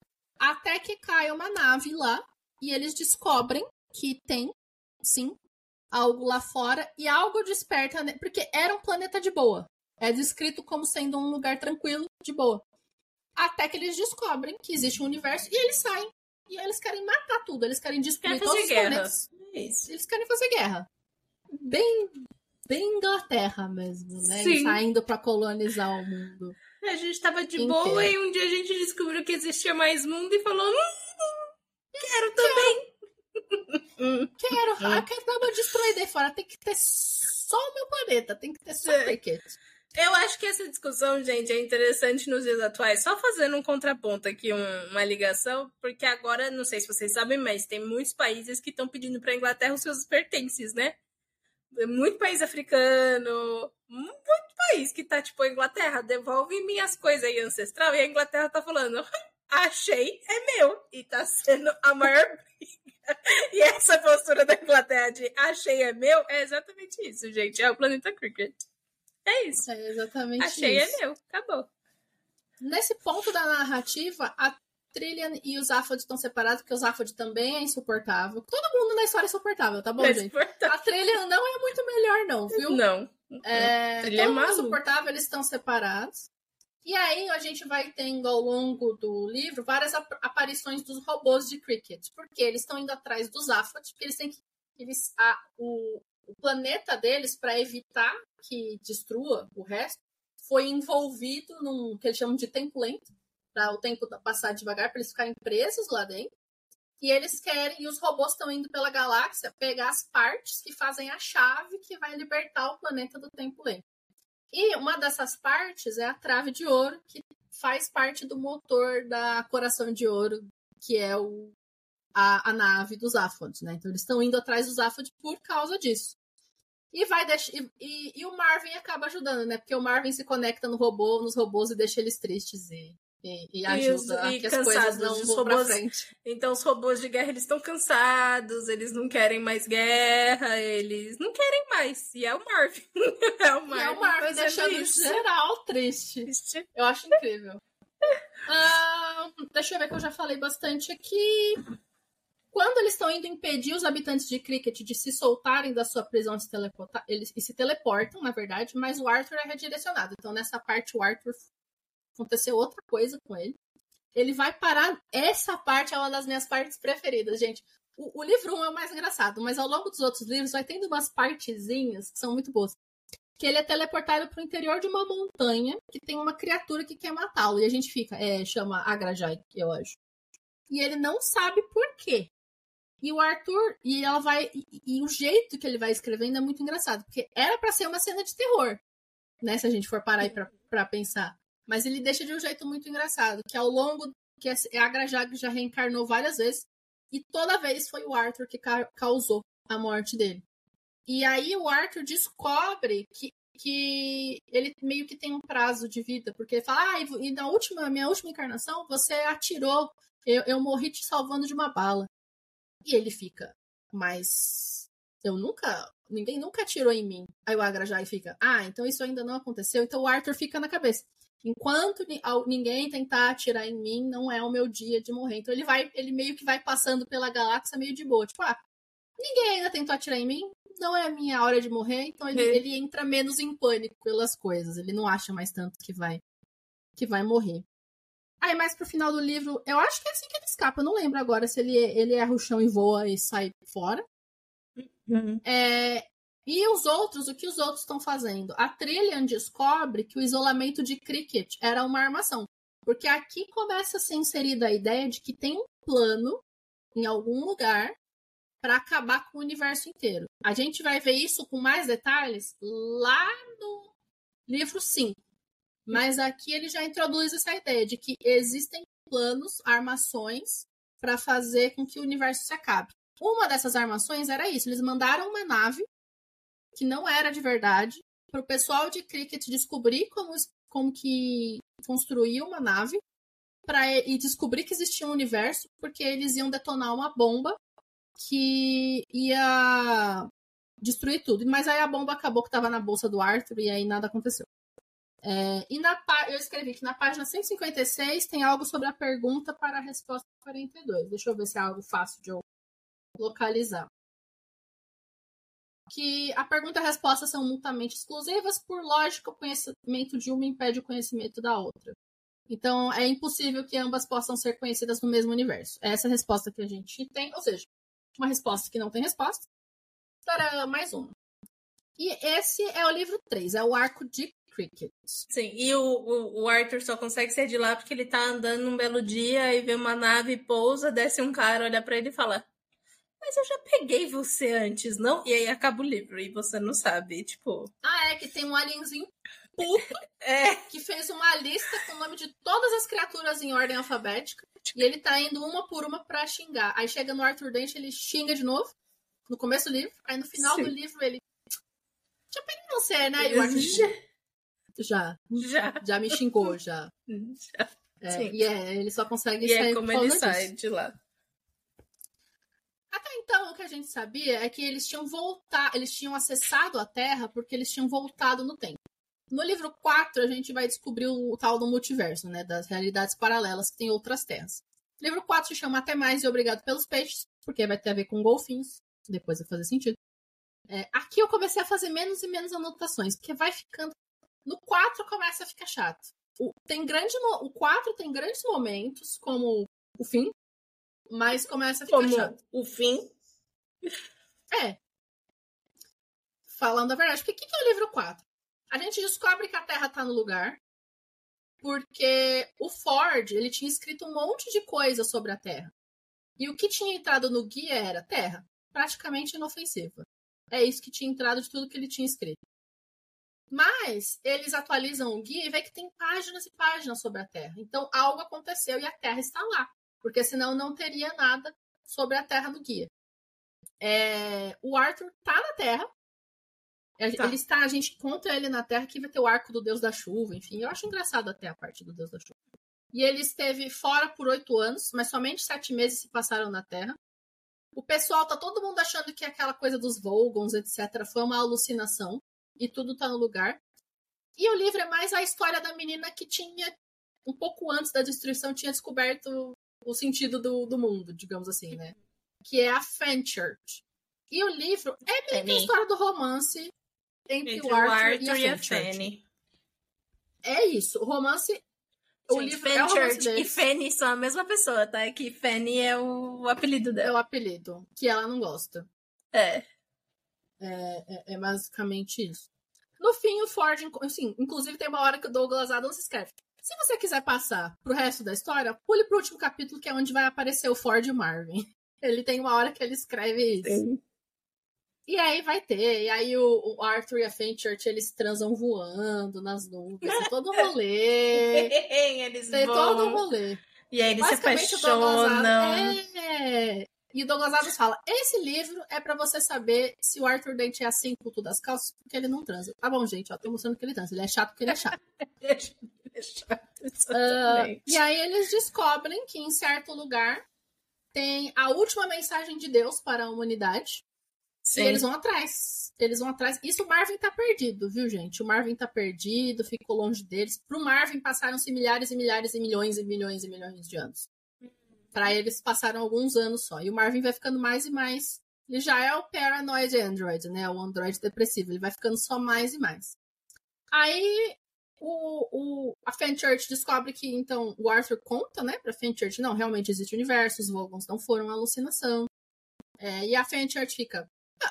Até que cai uma nave lá e eles descobrem que tem, sim, algo lá fora e algo desperta, né? Porque era um planeta de boa. É descrito como sendo um lugar tranquilo, de boa. Até que eles descobrem que existe um universo e eles saem. E eles querem matar tudo, eles querem destruir Quer todos fazer os guerra. planetas. É isso. Eles querem fazer guerra. Bem, bem Inglaterra mesmo, né? Sim. Saindo pra colonizar o mundo. A gente tava de Inteiro. boa e um dia a gente descobriu que existia mais mundo e falou: hum, quero também. Hum. Quero, eu quero dar uma destruída aí fora. Tem que ter só o meu planeta, tem que ter só É. o cricket. Eu acho que essa discussão, gente, é interessante nos dias atuais. Só fazendo um contraponto aqui, um- uma ligação, porque agora, não sei se vocês sabem, mas tem muitos países que estão pedindo para a Inglaterra os seus pertences, né? Muito país africano, muito país que tá tipo, Inglaterra, devolve minhas coisas aí ancestral, e a Inglaterra tá falando, achei, é meu, e tá sendo a maior briga. E essa postura da Inglaterra de achei, é meu, é exatamente isso, gente, é o planeta Cricket. É isso. É exatamente Achei, isso. é meu, acabou. Nesse ponto da narrativa, a Trillian e o Zaphod estão separados, porque o Zaphod também é insuportável. Todo mundo na história é insuportável, tá bom, Mas gente? portanto, A Trillian não é muito melhor, não, viu? não. É, Ele todo é mundo maluco. insuportável, eles estão separados. E aí a gente vai tendo ao longo do livro várias ap- aparições dos robôs de cricket. Porque eles estão indo atrás do Zaphod, porque eles têm que. Eles, a, o, o planeta deles, para evitar que destrua o resto, foi envolvido num que eles chamam de tempo lento, para o tempo passar devagar, para eles ficarem presos lá dentro. E eles querem, e os robôs estão indo pela galáxia pegar as partes que fazem a chave que vai libertar o planeta do tempo lento. E uma dessas partes é a trave de ouro, que faz parte do motor da Coração de Ouro, que é o, a, a nave dos Zaphod, né? Então eles estão indo atrás dos Zaphod por causa disso. E, vai deixar, e, e, e o Marvin acaba ajudando, né? Porque o Marvin se conecta no robô, nos robôs e deixa eles tristes e, e, e ajuda E, a e que as coisas não os vão robôs, pra frente. Então os robôs de guerra eles estão cansados, eles não querem mais guerra, eles não querem mais. E é o Marvin. É o Marvin, E é o Marvin fazendo deixando isso. geral triste. Eu acho incrível. Ah, deixa eu ver que eu já falei bastante aqui. Quando eles estão indo impedir os habitantes de Cricket de se soltarem da sua prisão e se, teleportar, eles e se teleportam, na verdade, mas o Arthur é redirecionado. Então, nessa parte, o Arthur aconteceu outra coisa com ele. Ele vai parar. Essa parte é uma das minhas partes preferidas, gente. O, o livro um é o mais engraçado, mas ao longo dos outros livros vai tendo umas partezinhas que são muito boas. Que ele é teleportado para o interior de uma montanha que tem uma criatura que quer matá-lo. E a gente fica, é, chama Agrajai, eu acho. E ele não sabe por quê. E o Arthur, e ela vai. E, e o jeito que ele vai escrevendo é muito engraçado, porque era pra ser uma cena de terror, né? Se a gente for parar aí pra, pra pensar. Mas ele deixa de um jeito muito engraçado, que ao longo. Que a Agrajag já reencarnou várias vezes, e toda vez foi o Arthur que ca- causou a morte dele. E aí o Arthur descobre que, que ele meio que tem um prazo de vida, porque ele fala, ah, e na última, minha última encarnação, você atirou, eu, eu morri te salvando de uma bala. E ele fica, mas eu nunca, ninguém nunca atirou em mim. Aí o Agrajai fica, ah, então isso ainda não aconteceu. Então o Arthur fica na cabeça. Enquanto ninguém tentar atirar em mim, não é o meu dia de morrer. Então ele vai, ele meio que vai passando pela galáxia meio de boa. Tipo, ah, ninguém ainda tentou atirar em mim, não é a minha hora de morrer. Então ele, É. ele entra menos em pânico pelas coisas. Ele não acha mais tanto que vai, que vai morrer. Aí, mais pro final do livro, eu acho que é assim que ele escapa. Eu não lembro agora se ele, ele erra o chão e voa e sai fora. Uhum. É, E os outros, o que os outros estão fazendo? A Trillian descobre que o isolamento de Cricket era uma armação. Porque aqui começa a ser inserida a ideia de que tem um plano em algum lugar para acabar com o universo inteiro. A gente vai ver isso com mais detalhes lá no livro cinco. Mas aqui ele já introduz essa ideia de que existem planos, armações, para fazer com que o universo se acabe. Uma dessas armações era isso. Eles mandaram uma nave que não era de verdade, para o pessoal de Cricket descobrir como, como que construir uma nave pra, e descobrir que existia um universo, porque eles iam detonar uma bomba que ia destruir tudo. Mas aí a bomba acabou que estava na bolsa do Arthur e aí nada aconteceu. É, e na, eu escrevi que na página cento e cinquenta e seis tem algo sobre a pergunta para a resposta quarenta e dois. Deixa eu ver se é algo fácil de eu localizar. Que a pergunta e a resposta são mutuamente exclusivas, por lógica, o conhecimento de uma impede o conhecimento da outra. Então, é impossível que ambas possam ser conhecidas no mesmo universo. Essa é a resposta que a gente tem, ou seja, uma resposta que não tem resposta, para mais uma. E esse é o livro três, é o arco de Cricket. Sim, e o, o, o Arthur só consegue sair de lá porque ele tá andando um belo dia e vê uma nave, pousa, desce um cara, olha pra ele e fala: mas eu já peguei você antes, não? E aí acaba o livro e você não sabe, tipo... Ah, é, que tem um alienzinho puto é. que fez uma lista com o nome de todas as criaturas em ordem alfabética e ele tá indo uma por uma pra xingar. Aí chega no Arthur Dent, ele xinga de novo, no começo do livro, aí no final Sim. do livro ele... Já peguei você, né? E o Arthur já. Já. Já me xingou, já. já. É, e é, ele só consegue e sair é como ele sai disso. de lá. Até então, o que a gente sabia é que eles tinham voltado, eles tinham acessado a Terra porque eles tinham voltado no tempo. No livro quatro, a gente vai descobrir o, o tal do multiverso, né? Das realidades paralelas que tem outras terras. O livro quatro se chama Até Mais e Obrigado pelos Peixes, porque vai ter a ver com golfinhos. Depois vai fazer sentido. É, aqui eu comecei a fazer menos e menos anotações, porque vai ficando... No quatro começa a ficar chato. O, tem grande, o quatro tem grandes momentos, como o fim, mas começa a ficar como chato. O fim? É. Falando a verdade. Porque o que, que é o livro quatro? A gente descobre que a Terra tá no lugar porque o Ford, ele tinha escrito um monte de coisa sobre a Terra. E o que tinha entrado no guia era Terra, praticamente inofensiva. É isso que tinha entrado de tudo que ele tinha escrito. Mas eles atualizam o guia e vê que tem páginas e páginas sobre a Terra. Então algo aconteceu e a Terra está lá. Porque senão não teria nada sobre a Terra no guia. É, o Arthur tá na Terra. Tá. Ele está, a gente encontra ele na Terra, que vai ter o arco do Deus da Chuva, enfim. Eu acho engraçado até a parte do Deus da Chuva. E ele esteve fora por oito anos, mas somente sete meses se passaram na Terra. O pessoal tá todo mundo achando que aquela coisa dos Vogons, etcétera, foi uma alucinação. E tudo tá no lugar. E o livro é mais a história da menina que tinha, um pouco antes da destruição, tinha descoberto o sentido do, do mundo, digamos assim, né? Que é a Fenchurch. E o livro é meio que a história do romance entre, entre o Arthur, o Arthur e a, e a Fanny. É isso. O romance... Gente, o livro é o romance e Fanny são a mesma pessoa, tá? É que Fanny é o apelido dela. É o apelido. Que ela não gosta. É. É, é, é basicamente isso. No fim, o Ford... Assim, inclusive, tem uma hora que o Douglas Adams escreve. Se você quiser passar pro resto da história, pule pro último capítulo, que é onde vai aparecer o Ford e o Marvin. Ele tem uma hora que ele escreve isso. Sim. E aí vai ter. E aí o, o Arthur e a Fenchurch, eles transam voando nas nuvens. Tem todo um rolê. Eles tem vão. todo um rolê. E aí eles se apaixonam. É... E o Douglas Adams fala, esse livro é pra você saber se o Arthur Dent é assim com tudo das calças, porque ele não transa. Tá bom, gente, ó, tô mostrando que ele transa. Ele é chato porque ele é chato. ele é chato, uh, e aí eles descobrem que em certo lugar tem a última mensagem de Deus para a humanidade. Sim. E eles vão atrás. Eles vão atrás. Isso o Marvin tá perdido, viu, gente? O Marvin tá perdido, ficou longe deles. Pro Marvin passaram-se milhares e milhares e milhões e milhões e milhões de anos. Para eles passaram alguns anos só. E o Marvin vai ficando mais e mais... Ele já é o paranoid android, né? O android depressivo. Ele vai ficando só mais e mais. Aí o, o, a Fenchurch descobre que, então, o Arthur conta, né? Pra Fenchurch, não, realmente existe o universo, os Vogons não foram uma alucinação. É, e a Fenchurch fica... Ah,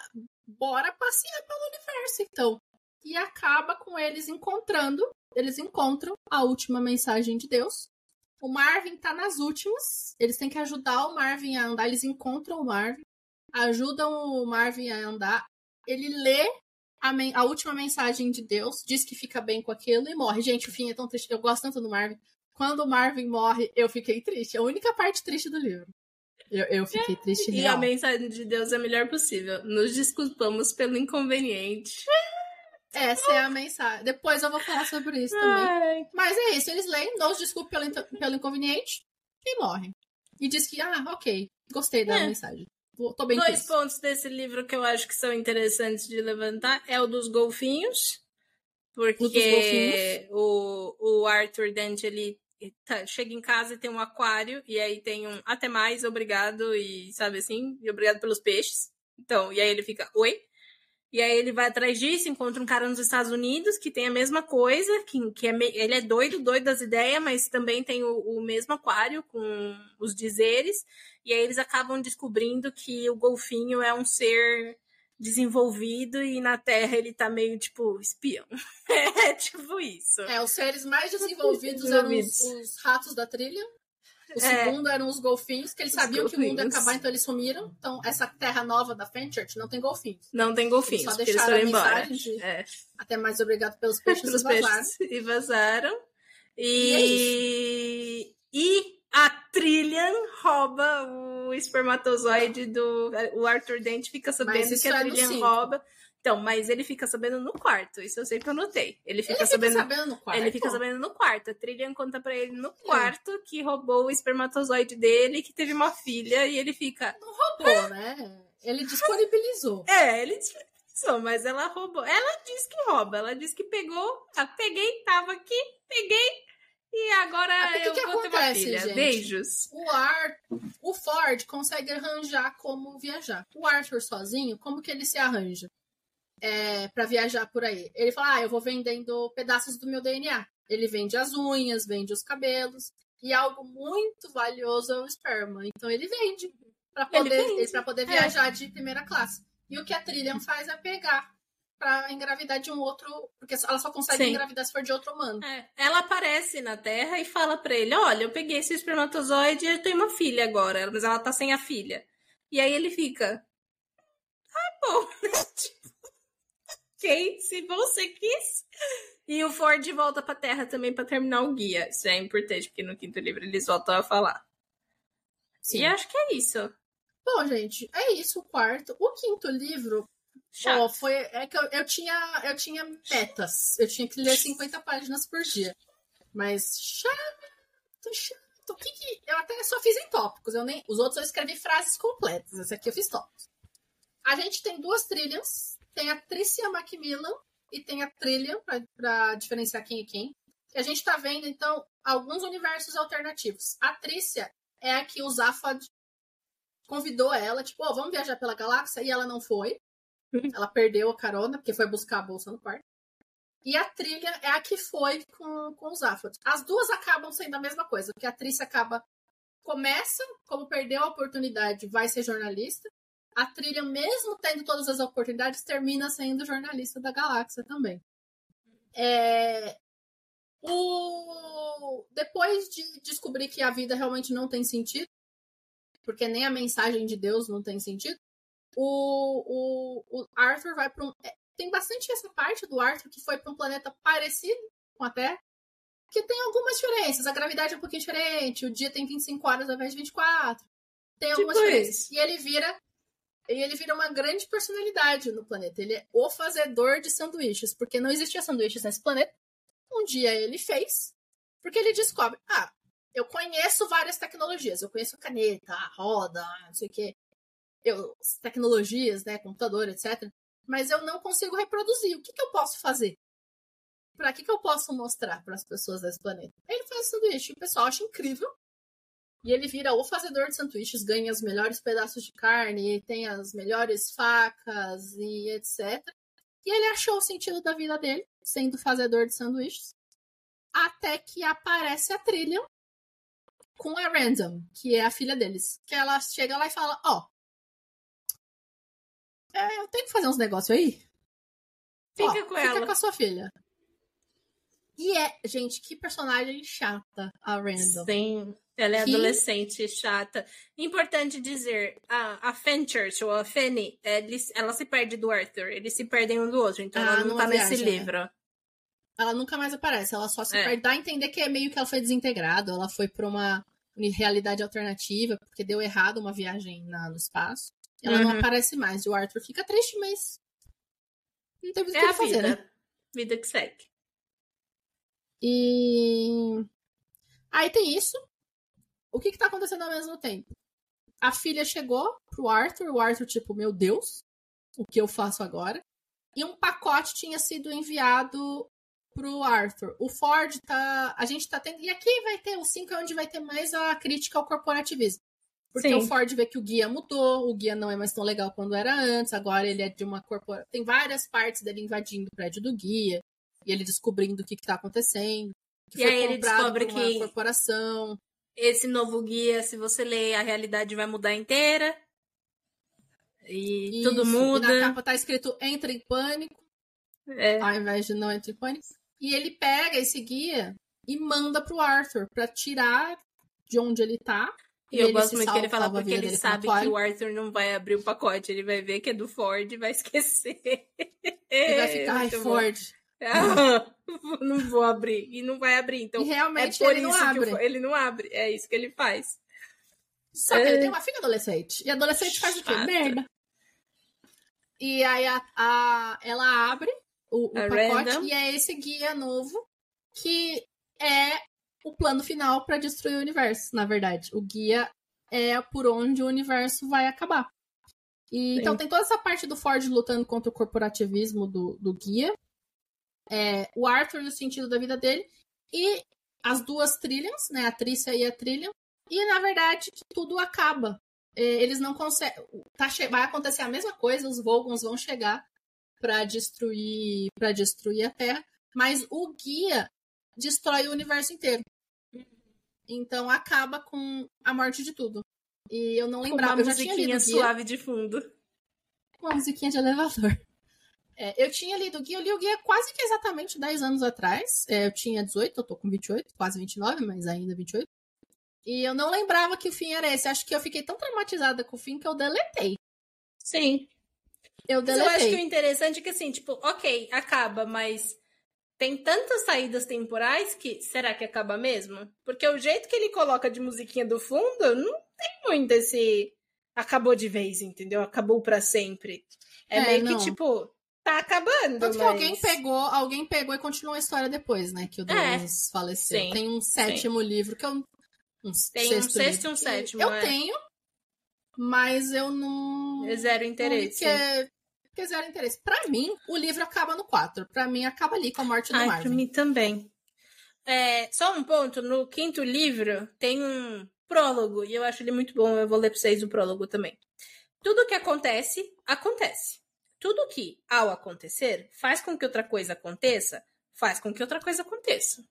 bora passear pelo universo, então. E acaba com eles encontrando, eles encontram a última mensagem de Deus. O Marvin tá nas últimas, eles têm que ajudar o Marvin a andar, eles encontram o Marvin, ajudam o Marvin a andar, ele lê a, a última mensagem de Deus, diz que fica bem com aquilo e morre. Gente, o fim é tão triste, eu gosto tanto do Marvin. Quando o Marvin morre, eu fiquei triste, é a única parte triste do livro. Eu, eu fiquei triste e real. a mensagem de Deus é a melhor possível. Nos desculpamos pelo inconveniente. Essa é a mensagem. Depois eu vou falar sobre isso também. Ai. Mas é isso, eles leem, nos desculpe pelo, pelo inconveniente e morrem. E diz que, ah, ok, gostei da é. mensagem. Tô bem Dois pontos desse livro que eu acho que são interessantes de levantar é o dos golfinhos. Porque o, dos golfinhos. o, o Arthur Dent, ele tá, chega em casa e tem um aquário, e aí tem um até mais, obrigado, e sabe assim, e obrigado pelos peixes. Então, e aí ele fica, oi? E aí ele vai atrás disso, encontra um cara nos Estados Unidos que tem a mesma coisa, que, que é me... ele é doido, doido das ideias, mas também tem o, o mesmo aquário com os dizeres, e aí eles acabam descobrindo que o golfinho é um ser desenvolvido e na Terra ele tá meio, tipo, espião. É tipo isso. É, os seres mais desenvolvidos eram os, os ratos da trilha. O é. segundo eram os golfinhos, que eles os sabiam golfinhos. que o mundo ia acabar, então eles sumiram. Então, essa terra nova da Fenchurch não tem golfinhos. Não tem golfinhos, eles só deixaram deixaram a mensagem de é. até mais obrigado pelos peixes pelos e vazaram. Peixes e vazaram. E, e... e a Trillian rouba o espermatozoide do... O Arthur Dent fica sabendo que a é Trillian rouba... Então, mas ele fica sabendo no quarto. Isso eu sempre anotei. Ele fica, ele sabendo, fica sabendo no quarto? Ele fica sabendo no quarto. A Trillian conta pra ele no quarto Sim. que roubou o espermatozoide dele, que teve uma filha, e ele fica... Não roubou, ah. né? Ele disponibilizou. É, ele disponibilizou, mas ela roubou. Ela diz que rouba. Ela diz que pegou, ah, peguei, tava aqui, peguei, e agora ah, eu que vou que ter uma acontece, filha. Gente? Beijos. O, Ar... o Ford consegue arranjar como viajar. O Arthur sozinho, como que ele se arranja? É, para viajar por aí. Ele fala, ah, eu vou vendendo pedaços do meu D N A. Ele vende as unhas, vende os cabelos, e algo muito valioso é o esperma. Então ele vende para poder, ele vende. poder viajar é. de primeira classe. E o que a Trillian faz é pegar para engravidar de um outro, porque ela só consegue Sim. engravidar se for de outro humano. É. Ela aparece na Terra e fala para ele, olha, eu peguei esse espermatozoide e eu tenho uma filha agora, mas ela tá sem a filha. E aí ele fica, ah, bom, tipo, ok, se você quis. E o Ford volta pra Terra também pra terminar o guia. Isso é importante, porque no quinto livro eles voltam a falar. Sim. E acho que é isso. Bom, gente, é isso o quarto. O quinto livro, ó, foi, é que eu, eu, tinha, eu tinha metas. Eu tinha que ler cinquenta páginas por dia. Mas chato, chato. O que que... Eu até só fiz em tópicos. Eu nem... Os outros eu escrevi frases completas. Esse aqui eu fiz tópicos. A gente tem duas trilhas. Tem a Tricia Macmillan e tem a Trillian, para diferenciar quem é quem. E a gente tá vendo, então, alguns universos alternativos. A Tricia é a que o Zaphod convidou ela, tipo, oh, vamos viajar pela galáxia, e ela não foi. Ela perdeu a carona, porque foi buscar a bolsa no quarto. E a Trillian é a que foi com, com o Zaphod. As duas acabam sendo a mesma coisa, porque a Tricia acaba... Começa, como perdeu a oportunidade, vai ser jornalista. A Trillian, mesmo tendo todas as oportunidades, termina sendo jornalista da galáxia também. É... O... Depois de descobrir que a vida realmente não tem sentido, porque nem a mensagem de Deus não tem sentido, o, o, o Arthur vai para um... Tem bastante essa parte do Arthur que foi para um planeta parecido com a Terra, que tem algumas diferenças. A gravidade é um pouquinho diferente, o dia tem vinte e cinco horas ao invés de vinte e quatro. Tem algumas tipo diferenças. Isso. E ele vira... E ele vira uma grande personalidade no planeta. Ele é o fazedor de sanduíches, porque não existia sanduíches nesse planeta. Um dia ele fez, porque ele descobre, ah, eu conheço várias tecnologias. Eu conheço a caneta, a roda, não sei o quê. Eu, tecnologias, né, computador, etcétera. Mas eu não consigo reproduzir. O que, que eu posso fazer? Para que, que eu posso mostrar para as pessoas desse planeta? Aí ele faz sanduíche e o pessoal acha incrível. E ele vira o fazedor de sanduíches, ganha os melhores pedaços de carne, tem as melhores facas e etcétera. E ele achou o sentido da vida dele, sendo fazedor de sanduíches. Até que aparece a Trillian com a Random, que é a filha deles. Que ela chega lá e fala, ó, oh, é, eu tenho que fazer uns negócios aí. Fica Ó, com fica ela. com a sua filha. E é, gente, que personagem chata a Randall. Sim, ela é Que- adolescente, chata. Importante dizer, a, a Fenchurch ou a Fanny, eles, ela se perde do Arthur. Eles se perdem um do outro, então Ah, ela não numa tá nesse viagem, é. livro. Ela nunca mais aparece, ela só se É. perde. Dá a entender que é meio que ela foi desintegrada, ela foi pra uma realidade alternativa, porque deu errado uma viagem na, no espaço. Ela não Uhum. aparece mais. E o Arthur fica triste, mas não tem muito o É que a ele fazer, vida. né? Vida que segue. E aí tem isso. O que que tá acontecendo ao mesmo tempo? A filha chegou pro Arthur, o Arthur, tipo, meu Deus, o que eu faço agora? E um pacote tinha sido enviado pro Arthur. O Ford tá. A gente tá tendo. E aqui vai ter. O cinco é onde vai ter mais a crítica ao corporativismo. Porque Sim. o Ford vê que o guia mudou, o guia não é mais tão legal quando era antes, agora ele é de uma corporação. Tem várias partes dele invadindo o prédio do guia, e ele descobrindo o que, que tá acontecendo. Que E foi aí ele comprado descobre por uma que- corporação. Esse novo guia, se você ler, a realidade vai mudar inteira. E Isso. tudo E na muda. capa tá escrito Entra em Pânico, É. ao invés de Não Entre em Pânico. E ele pega esse guia e manda pro Arthur pra tirar de onde ele tá. E eu ele gosto se muito que salva, ele fala salva a porque vida ele dele com uma sabe toalha. que o Arthur não vai abrir o pacote. Ele vai ver que é do Ford e vai esquecer. E vai ficar, ai, Muito bom. Ford. Ah, não vou abrir. E não vai abrir. Então, E realmente é por ele não isso que abre. o, ele não abre. É isso que ele faz. Só que É. ele tem uma filha adolescente. E adolescente faz o quê? Chato. Merda. E aí a, a- ela abre o, o A pacote Random. e é esse guia novo que é o plano final pra destruir o universo, na verdade. O guia é por onde o universo vai acabar. E, Sim. então tem toda essa parte do Ford lutando contra o corporativismo do, do guia. É, o Arthur no sentido da vida dele. E as duas Trillians, né? A Trícia e a Trillian. E, na verdade, tudo acaba. É, eles não conseguem... Tá che... Vai acontecer a mesma coisa, os Vogons vão chegar pra destruir, pra destruir a Terra. Mas o guia destrói o universo inteiro. Então acaba com a morte de tudo. E eu não Com lembrava, uma eu já tinha lido musiquinha o guia. suave de fundo. Uma musiquinha de elevador. É, eu tinha lido o guia, eu li o guia quase que exatamente dez anos atrás. É, eu tinha dezoito, eu tô com vinte e oito, quase vinte e nove, mas ainda vinte e oito. E eu não lembrava que o fim era esse. Acho que eu fiquei tão traumatizada com o fim que eu deletei. Sim. Eu Mas eu acho que o deletei. interessante é que, assim, tipo, ok, acaba, mas tem tantas saídas temporais que será que acaba mesmo? Porque o jeito que ele coloca de musiquinha do fundo não tem muito esse acabou de vez, entendeu? Acabou pra sempre. É, É, meio não. que, tipo, tá acabando, Tanto que mas... alguém pegou, alguém pegou e continuou a história depois, né? Que o Douglas faleceu. sim, Tem um sétimo livro que eu. Um Tem um sexto sexto livro e um que sétimo, Eu é. tenho, mas eu não. É zero não li interesse. Que é, que é zero interesse. Pra mim, o livro acaba no quatro. Pra mim, acaba ali com a morte do Ai, Marvin. pra mim também. É, só um ponto, no quinto livro tem um prólogo, e eu acho ele muito bom, eu vou ler pra vocês o prólogo também. Tudo que acontece, acontece. Tudo que, ao acontecer, faz com que outra coisa aconteça, faz com que outra coisa aconteça.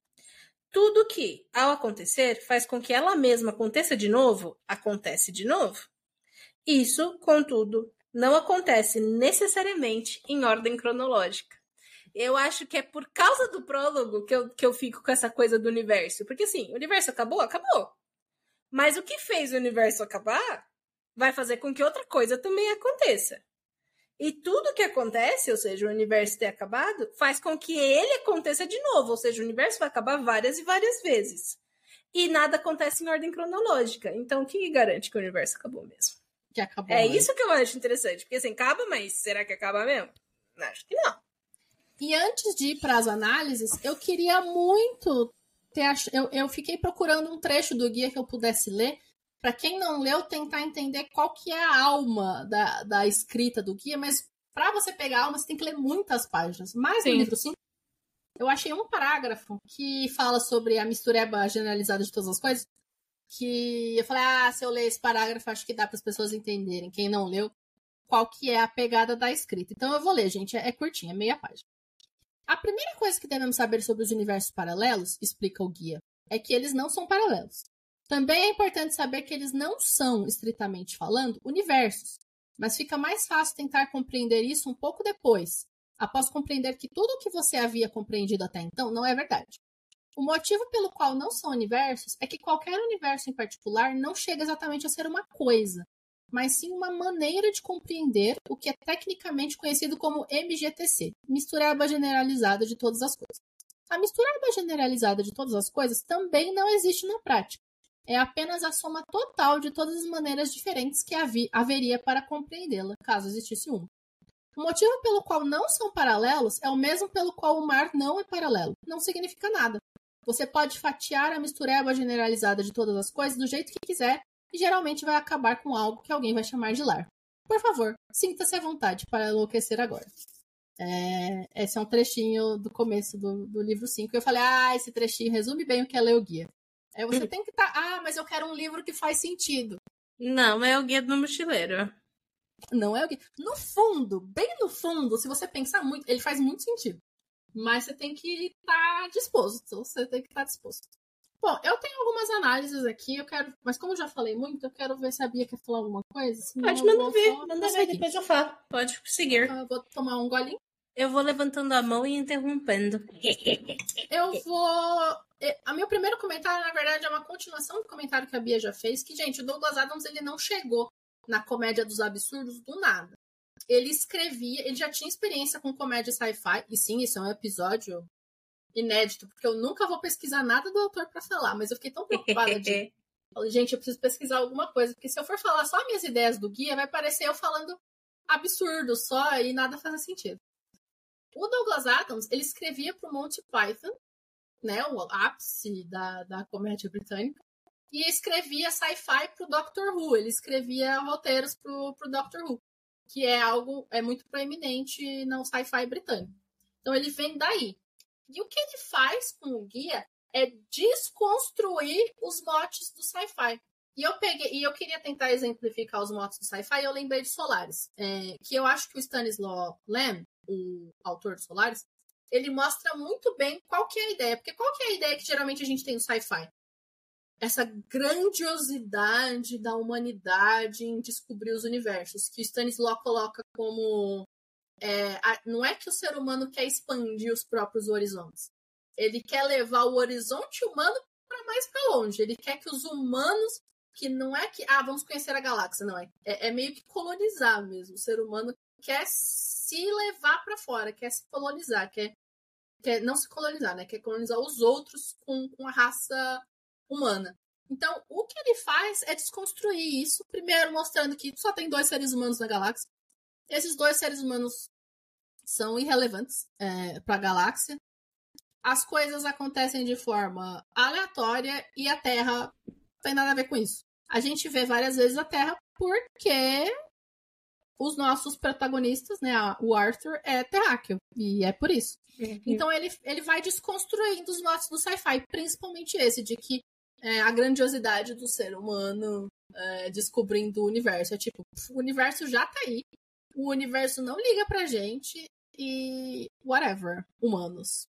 Tudo que, ao acontecer, faz com que ela mesma aconteça de novo, acontece de novo. Isso, contudo, não acontece necessariamente em ordem cronológica. Eu acho que é por causa do prólogo que eu, que eu fico com essa coisa do universo. Porque, assim, o universo acabou? Acabou. Mas o que fez o universo acabar vai fazer com que outra coisa também aconteça. E tudo que acontece, ou seja, o universo ter acabado, faz com que ele aconteça de novo. Ou seja, o universo vai acabar várias e várias vezes. E nada acontece em ordem cronológica. Então, o que garante que o universo acabou mesmo? Que acabou. É né? isso que eu acho interessante. Porque, assim, acaba, mas será que acaba mesmo? Acho que não. E antes de ir para as análises, eu queria muito ter ach... eu, eu fiquei procurando um trecho do guia que eu pudesse ler. Para quem não leu, tentar entender qual que é a alma da, da escrita do guia, mas para você pegar a alma, você tem que ler muitas páginas. Mas Sim. no livro cinco, eu achei um parágrafo que fala sobre a mistureba generalizada de todas as coisas, que eu falei, ah, se eu ler esse parágrafo, acho que dá para as pessoas entenderem, quem não leu, qual que é a pegada da escrita. Então eu vou ler, gente, é, é curtinho, é meia página. A primeira coisa que devemos saber sobre os universos paralelos, explica o guia, é que eles não são paralelos. Também é importante saber que eles não são, estritamente falando, universos. Mas fica mais fácil tentar compreender isso um pouco depois, após compreender que tudo o que você havia compreendido até então não é verdade. O motivo pelo qual não são universos é que qualquer universo em particular não chega exatamente a ser uma coisa, mas sim uma maneira de compreender o que é tecnicamente conhecido como M G T C, mistureba generalizada de todas as coisas. A mistureba generalizada de todas as coisas também não existe na prática. É apenas a soma total de todas as maneiras diferentes que haveria para compreendê-la, caso existisse uma. O motivo pelo qual não são paralelos é o mesmo pelo qual o mar não é paralelo. Não significa nada. Você pode fatiar a mistureba generalizada de todas as coisas do jeito que quiser e geralmente vai acabar com algo que alguém vai chamar de lar. Por favor, sinta-se à vontade para enlouquecer agora. É, esse é um trechinho do começo do, do livro cinco. Eu falei, ah, esse trechinho resume bem o que é ler o guia. Aí você tem que estar, tá, ah, mas eu quero um livro que faz sentido. Não, é o Guia do Mochileiro. Não é o guia. No fundo, bem no fundo, se você pensar muito, ele faz muito sentido. Mas você tem que estar tá disposto. Você tem que estar tá disposto. Bom, eu tenho algumas análises aqui, eu quero, mas como eu já falei muito, eu quero ver se a Bia quer falar alguma coisa. Pode mandar ver, manda ver, depois eu falo. Pode seguir. Eu vou tomar um golinho. Eu vou levantando a mão e interrompendo. Eu vou... A meu primeiro comentário, na verdade, é uma continuação do comentário que a Bia já fez, que, gente, o Douglas Adams, ele não chegou na comédia dos absurdos do nada. Ele escrevia, ele já tinha experiência com comédia sci-fi, e sim, isso é um episódio inédito, porque eu nunca vou pesquisar nada do autor pra falar, mas eu fiquei tão preocupada de... Falei, gente, eu preciso pesquisar alguma coisa, porque se eu for falar só minhas ideias do guia, vai parecer eu falando absurdo só e nada faz sentido. O Douglas Adams, ele escrevia pro Monty Python, né, o ápice da, da comédia britânica, e escrevia sci-fi pro Doctor Who, ele escrevia roteiros pro, pro Doctor Who, que é algo, é muito proeminente no sci-fi britânico. Então ele vem daí. E o que ele faz com o guia é desconstruir os motes do sci-fi. E eu peguei, e eu queria tentar exemplificar os motes do sci-fi, e eu lembrei de Solaris, é, que eu acho que o Stanislaw Lem, o autor de Solaris, ele mostra muito bem qual que é a ideia. Porque qual que é a ideia que geralmente a gente tem no sci-fi? Essa grandiosidade da humanidade em descobrir os universos, que o Stanislaw coloca como... É, a, não é que o ser humano quer expandir os próprios horizontes. Ele quer levar o horizonte humano para mais para longe. Ele quer que os humanos, que não é que... Ah, vamos conhecer a galáxia. Não, é, é meio que colonizar mesmo. O ser humano quer se levar para fora, quer se colonizar, quer, quer não se colonizar, né? Quer colonizar os outros com, com a raça humana. Então, o que ele faz é desconstruir isso, primeiro mostrando que só tem dois seres humanos na galáxia. Esses dois seres humanos são irrelevantes é, para a galáxia. As coisas acontecem de forma aleatória e a Terra não tem nada a ver com isso. A gente vê várias vezes a Terra porque os nossos protagonistas, né, o Arthur, é terráqueo, e é por isso. Uhum. Então ele, ele vai desconstruindo os motes do sci-fi, principalmente esse, de que é, a grandiosidade do ser humano é, descobrindo o universo. É tipo, o universo já tá aí, o universo não liga pra gente, e whatever, humanos.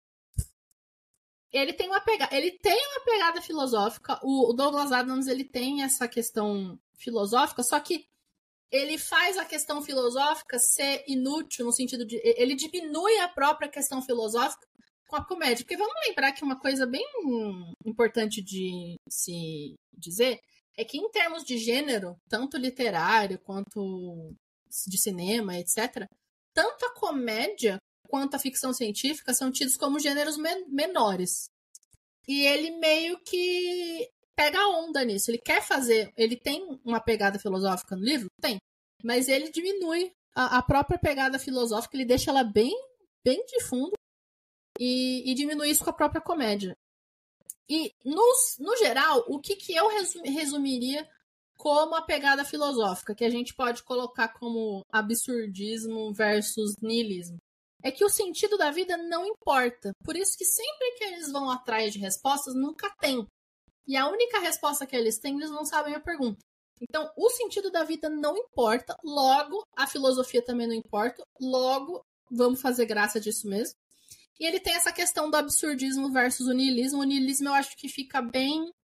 Ele tem uma pegada, ele tem uma pegada filosófica, o, o Douglas Adams, ele tem essa questão filosófica, só que ele faz a questão filosófica ser inútil no sentido de... Ele diminui a própria questão filosófica com a comédia. Porque vamos lembrar que uma coisa bem importante de se dizer é que em termos de gênero, tanto literário quanto de cinema, etcétera, tanto a comédia quanto a ficção científica são tidos como gêneros men- menores. E ele meio que... pega a onda nisso. Ele quer fazer... Ele tem uma pegada filosófica no livro? Tem. Mas ele diminui a, a própria pegada filosófica. Ele deixa ela bem, bem de fundo. E, e diminui isso com a própria comédia. E, no, no geral, o que, que eu resum, resumiria como a pegada filosófica? Que a gente pode colocar como absurdismo versus niilismo. É que o sentido da vida não importa. Por isso que sempre que eles vão atrás de respostas, nunca tem. E a única resposta que eles têm, eles não sabem a pergunta. Então, o sentido da vida não importa, logo, a filosofia também não importa, logo, vamos fazer graça disso mesmo. E ele tem essa questão do absurdismo versus o niilismo. O niilismo eu acho que fica bem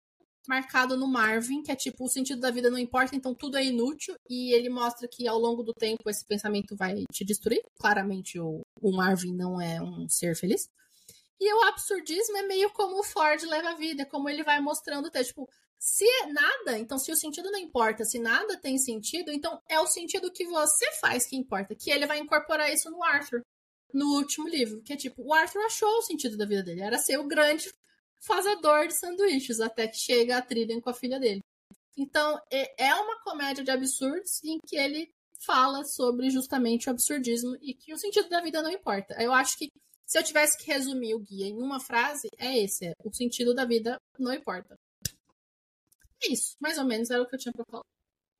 marcado no Marvin, que é tipo, o sentido da vida não importa, então tudo é inútil, e ele mostra que ao longo do tempo esse pensamento vai te destruir. Claramente o, o Marvin não é um ser feliz. E o absurdismo é meio como o Ford leva a vida, como ele vai mostrando até, tipo, se é nada, então se o sentido não importa, se nada tem sentido, então é o sentido que você faz que importa, que ele vai incorporar isso no Arthur, no último livro, que é tipo, o Arthur achou o sentido da vida dele, era ser o grande fazedor de sanduíches, até que chega a Trident com a filha dele. Então, é uma comédia de absurdos em que ele fala sobre justamente o absurdismo e que o sentido da vida não importa. Eu acho que se eu tivesse que resumir o guia em uma frase, é esse, é, o sentido da vida não importa. É isso, mais ou menos era o que eu tinha pra falar.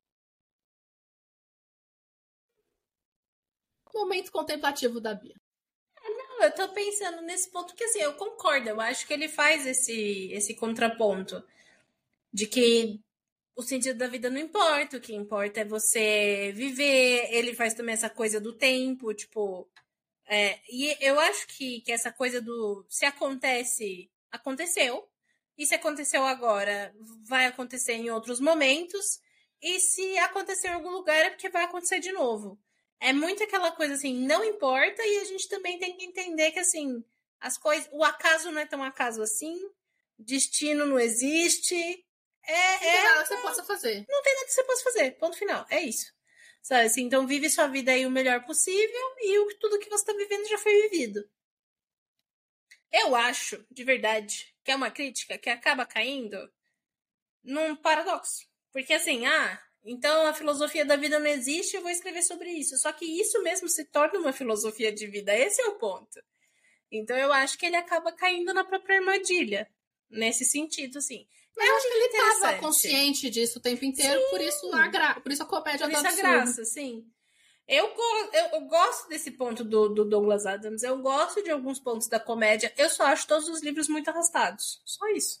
Momento contemplativo da Bia. Não, eu tô pensando nesse ponto que, assim, eu concordo. Eu acho que ele faz esse, esse contraponto de que o sentido da vida não importa, o que importa é você viver. Ele faz também essa coisa do tempo, tipo... É, e eu acho que, que essa coisa do... Se acontece, aconteceu. E se aconteceu agora, vai acontecer em outros momentos. E se acontecer em algum lugar, é porque vai acontecer de novo. É muito aquela coisa assim, não importa, e a gente também tem que entender que, assim, as coisas, o acaso não é tão acaso assim, destino não existe. É, não tem é, nada que você possa fazer. Não tem nada que você possa fazer, ponto final, é isso. Sabe, assim, então vive sua vida aí o melhor possível e o, tudo que você está vivendo já foi vivido. Eu acho, de verdade, que é uma crítica que acaba caindo num paradoxo. Porque assim, ah, então a filosofia da vida não existe, eu vou escrever sobre isso. Só que isso mesmo se torna uma filosofia de vida, esse é o ponto. Então eu acho que ele acaba caindo na própria armadilha, nesse sentido, assim. Mas eu acho que ele estava consciente disso o tempo inteiro, sim. por isso a gra... por isso a comédia por do isso absurdo. a graça, sim. Eu, eu, eu gosto desse ponto do, do Douglas Adams, eu gosto de alguns pontos da comédia, eu só acho todos os livros muito arrastados. Só isso.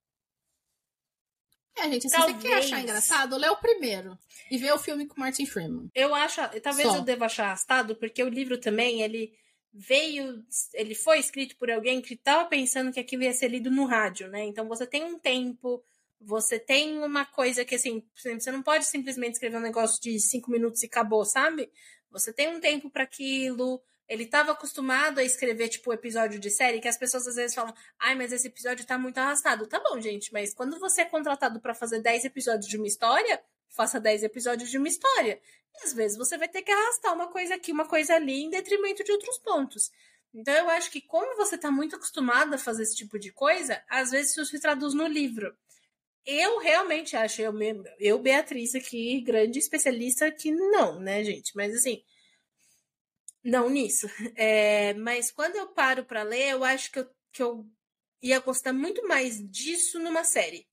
É, gente, se talvez... você quer achar engraçado, lê o primeiro e vê o filme com Martin Freeman. Eu acho, talvez só. Eu deva achar arrastado, porque o livro também, ele veio, ele foi escrito por alguém que estava pensando que aquilo ia ser lido no rádio, né? Então você tem um tempo, você tem uma coisa que, assim, você não pode simplesmente escrever um negócio de cinco minutos e acabou, sabe? Você tem um tempo para aquilo. Ele estava acostumado a escrever, tipo, episódio de série, que as pessoas às vezes falam, ai, mas esse episódio tá muito arrastado. Tá bom, gente, mas quando você é contratado para fazer dez episódios de uma história, faça dez episódios de uma história. E às vezes você vai ter que arrastar uma coisa aqui, uma coisa ali, em detrimento de outros pontos. Então eu acho que como você tá muito acostumado a fazer esse tipo de coisa, às vezes isso se traduz no livro. Eu realmente acho, eu, eu Beatriz aqui, grande especialista, que não, né, gente? Mas assim... Não nisso. É, mas quando eu paro para ler, eu acho que eu, que eu ia gostar muito mais disso numa série.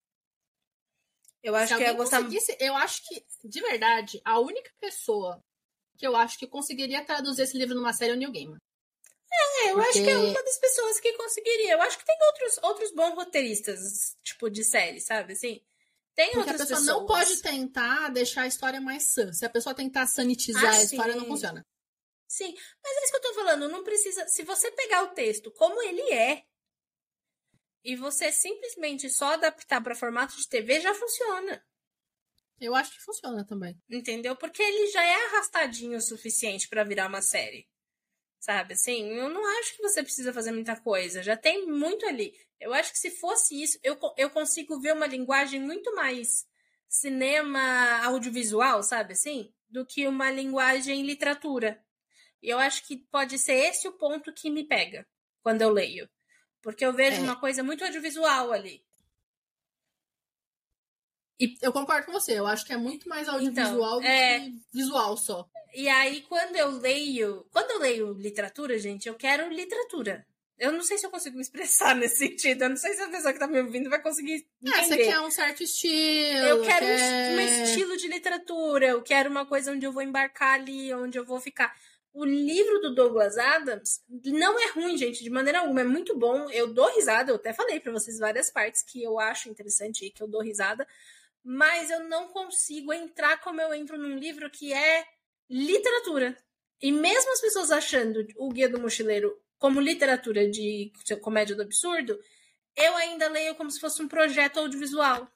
Eu acho Se que eu ia gostar... conseguisse, eu acho que, de verdade, a única pessoa que eu acho que conseguiria traduzir esse livro numa série é o Neil Gaiman. É, eu Porque... acho que é uma das pessoas que conseguiria. Eu acho que tem outros, outros bons roteiristas, tipo, de série, sabe? Assim, tem Porque outras a pessoa pessoas. não pode tentar deixar a história mais sã. Se a pessoa tentar sanitizar ah, a história, sim. não funciona. Sim, mas é isso que eu tô falando, não precisa... Se você pegar o texto como ele é e você simplesmente só adaptar para formato de T V, já funciona. Eu acho que funciona também. Entendeu? Porque ele já é arrastadinho o suficiente para virar uma série. Sabe, assim, eu não acho que você precisa fazer muita coisa, já tem muito ali. Eu acho que se fosse isso, eu, eu consigo ver uma linguagem muito mais cinema audiovisual, sabe, assim, do que uma linguagem literatura. E eu acho que pode ser esse o ponto que me pega quando eu leio. Porque eu vejo é. uma coisa muito audiovisual ali. E eu concordo com você. Eu acho que é muito mais audiovisual então, do é... que visual só. E aí, quando eu leio... Quando eu leio literatura, gente, eu quero literatura. Eu não sei se eu consigo me expressar nesse sentido. Eu não sei se a pessoa que tá me ouvindo vai conseguir entender. É, você quer um certo estilo. Eu quero quer... um estilo de literatura. Eu quero uma coisa onde eu vou embarcar ali, onde eu vou ficar... O livro do Douglas Adams não é ruim, gente, de maneira alguma. É muito bom. Eu dou risada. Eu até falei pra vocês várias partes que eu acho interessante e que eu dou risada. Mas eu não consigo entrar como eu entro num livro que é literatura. E mesmo as pessoas achando o Guia do Mochileiro como literatura de comédia do absurdo, eu ainda leio como se fosse um projeto audiovisual.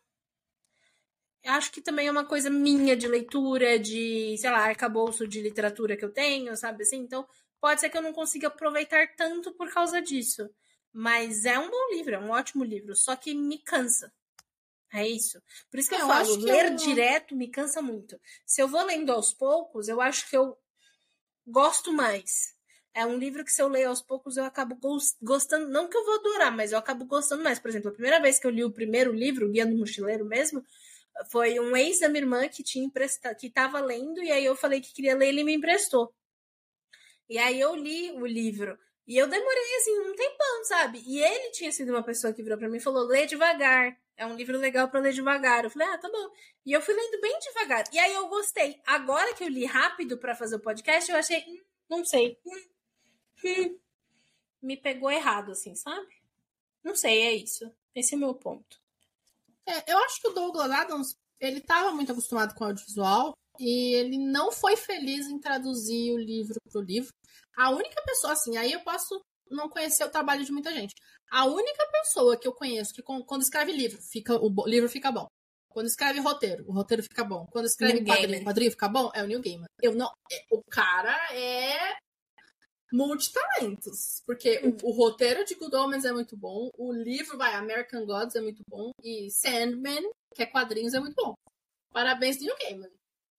Eu acho que também é uma coisa minha de leitura, de, sei lá, arcabouço de literatura que eu tenho, sabe assim? Então, pode ser que eu não consiga aproveitar tanto por causa disso. Mas é um bom livro, é um ótimo livro, só que me cansa. É isso. Por isso que eu, eu falo, que ler eu... direto me cansa muito. Se eu vou lendo aos poucos, eu acho que eu gosto mais. É um livro que se eu leio aos poucos, eu acabo gostando, não que eu vou adorar, mas eu acabo gostando mais. Por exemplo, a primeira vez que eu li o primeiro livro, o Guia do Mochileiro mesmo, foi um ex da minha irmã que tinha emprestado, que estava lendo, e aí eu falei que queria ler, ele me emprestou. E aí eu li o livro. E eu demorei, assim, um tempão, sabe? E ele tinha sido uma pessoa que virou pra mim e falou, lê devagar. É um livro legal pra ler devagar. Eu falei, ah, tá bom. E eu fui lendo bem devagar. E aí eu gostei. Agora que eu li rápido pra fazer o podcast, eu achei, hum, não sei. Hum, hum, me pegou errado, assim, sabe? Não sei, é isso. Esse é o meu ponto. É, eu acho que o Douglas Adams, ele tava muito acostumado com o audiovisual e ele não foi feliz em traduzir o livro pro livro. A única pessoa, assim, aí eu posso não conhecer o trabalho de muita gente. A única pessoa que eu conheço que quando escreve livro, fica, o livro fica bom. Quando escreve roteiro, o roteiro fica bom. Quando escreve quadrinho, o quadrinho fica bom, é o Neil Gaiman. Eu não, é, o cara é multitalentos. Porque hum. o, o roteiro de Good Omens é muito bom, o livro, vai, American Gods é muito bom, e Sandman, que é quadrinhos, é muito bom. Parabéns, Neil Gaiman.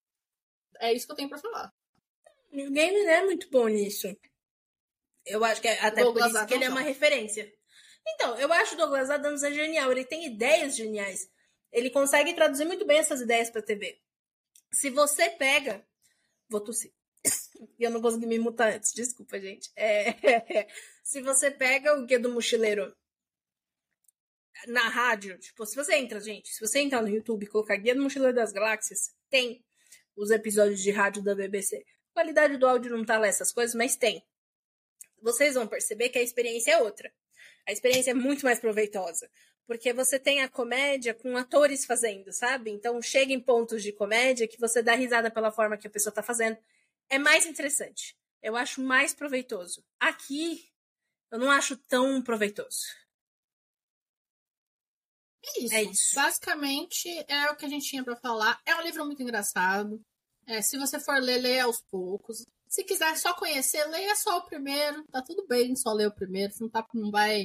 É isso que eu tenho pra falar. Neil Gaiman é muito bom nisso. Eu acho que é até Douglas por isso Adams que ele é uma referência. Então, eu acho o Douglas Adams é genial. Ele tem ideias geniais. Ele consegue traduzir muito bem essas ideias pra T V. Se você pega... Vou tossir. E eu não consegui me mutar antes. Desculpa, gente. É... Se você pega o Guia do Mochileiro na rádio, tipo, se você entra, gente, se você entrar no YouTube e colocar Guia do Mochileiro das Galáxias, tem os episódios de rádio da B B C. A qualidade do áudio não tá lá essas coisas, mas tem. Vocês vão perceber que a experiência é outra. A experiência é muito mais proveitosa. Porque você tem a comédia com atores fazendo, sabe? Então, chega em pontos de comédia que você dá risada pela forma que a pessoa tá fazendo. É mais interessante. Eu acho mais proveitoso. Aqui, eu não acho tão proveitoso. É isso. É isso. Basicamente, é o que a gente tinha pra falar. É um livro muito engraçado. É, se você for ler, leia aos poucos. Se quiser só conhecer, leia só o primeiro. Tá tudo bem só ler o primeiro. Você não, tá, não vai...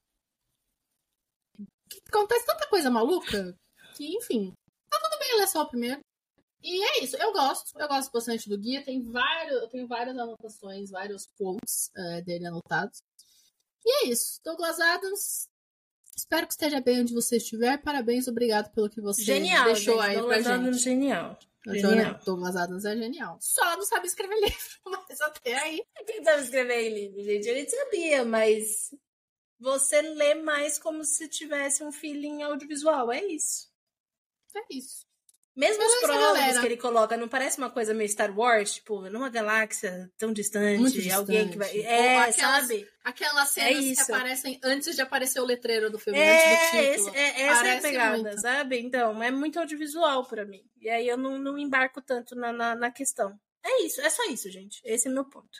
Acontece tanta coisa maluca que, enfim, tá tudo bem ler só o primeiro. E é isso. Eu gosto. Eu gosto bastante do guia. Tem vários, eu tenho várias anotações, vários quotes uh, dele anotados. E é isso. Douglas Adams, espero que esteja bem onde você estiver. Parabéns, obrigado pelo que você genial, deixou gente. aí Douglas pra Adams gente. Genial. Genial. Douglas Adams é genial. Só não sabe escrever livro, mas até aí. Quem sabe escrever livro, gente? Ele sabia, mas você lê mais como se tivesse um feeling audiovisual. É isso. É isso. Mesmo Beleza, os prólogos galera. que ele coloca, não parece uma coisa meio Star Wars? Tipo, numa galáxia tão distante, Muito distante. alguém que vai... É, aquelas, sabe? Aquelas cenas é que aparecem antes de aparecer o letreiro do filme, é, antes do título. Esse, é, essa é a pegada, muito. sabe? Então, é muito audiovisual pra mim. E aí eu não, não embarco tanto na, na, na questão. É isso, é só isso, gente. Esse é o meu ponto.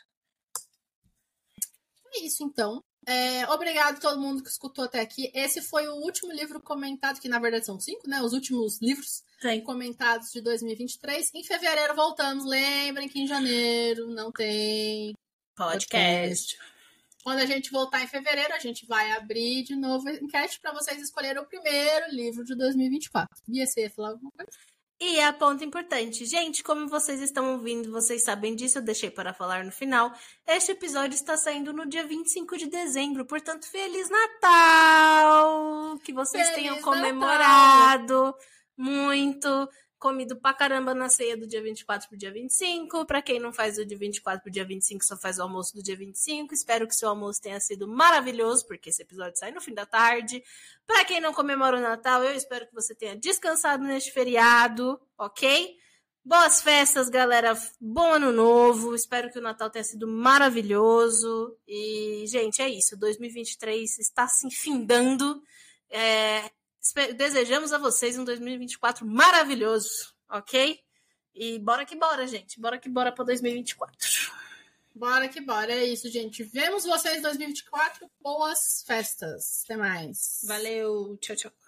É isso, então. É, obrigado a todo mundo que escutou até aqui. Esse foi o último livro comentado, que na verdade são cinco, né? Os últimos livros Sim. comentados de dois mil e vinte e três. Em fevereiro voltamos. Lembrem que em janeiro não tem podcast. podcast. Quando a gente voltar em fevereiro, a gente vai abrir de novo a enquete para vocês escolherem o primeiro livro de dois mil e vinte e quatro. Bia, você ia falar alguma coisa? E a ponto importante, gente, como vocês estão ouvindo, vocês sabem disso, eu deixei para falar no final. Este episódio está saindo no dia vinte e cinco de dezembro, portanto, Feliz Natal! Que vocês Feliz tenham comemorado Natal. muito, comido pra caramba na ceia do dia vinte e quatro pro dia vinte e cinco. Para quem não faz o dia vinte e quatro pro dia vinte e cinco, só faz o almoço do dia vinte e cinco. Espero que seu almoço tenha sido maravilhoso, porque esse episódio sai no fim da tarde. Para quem não comemora o Natal, eu espero que você tenha descansado neste feriado, ok? Boas festas, galera. Bom ano novo. Espero que o Natal tenha sido maravilhoso. E, gente, é isso. dois mil e vinte e três está se findando. É... Desejamos a vocês um dois mil e vinte e quatro maravilhoso, ok? E bora que bora, gente. Bora que bora para dois mil e vinte e quatro. Bora que bora. É isso, gente. Vemos vocês em dois mil e vinte e quatro. Boas festas. Até mais. Valeu. Tchau, tchau.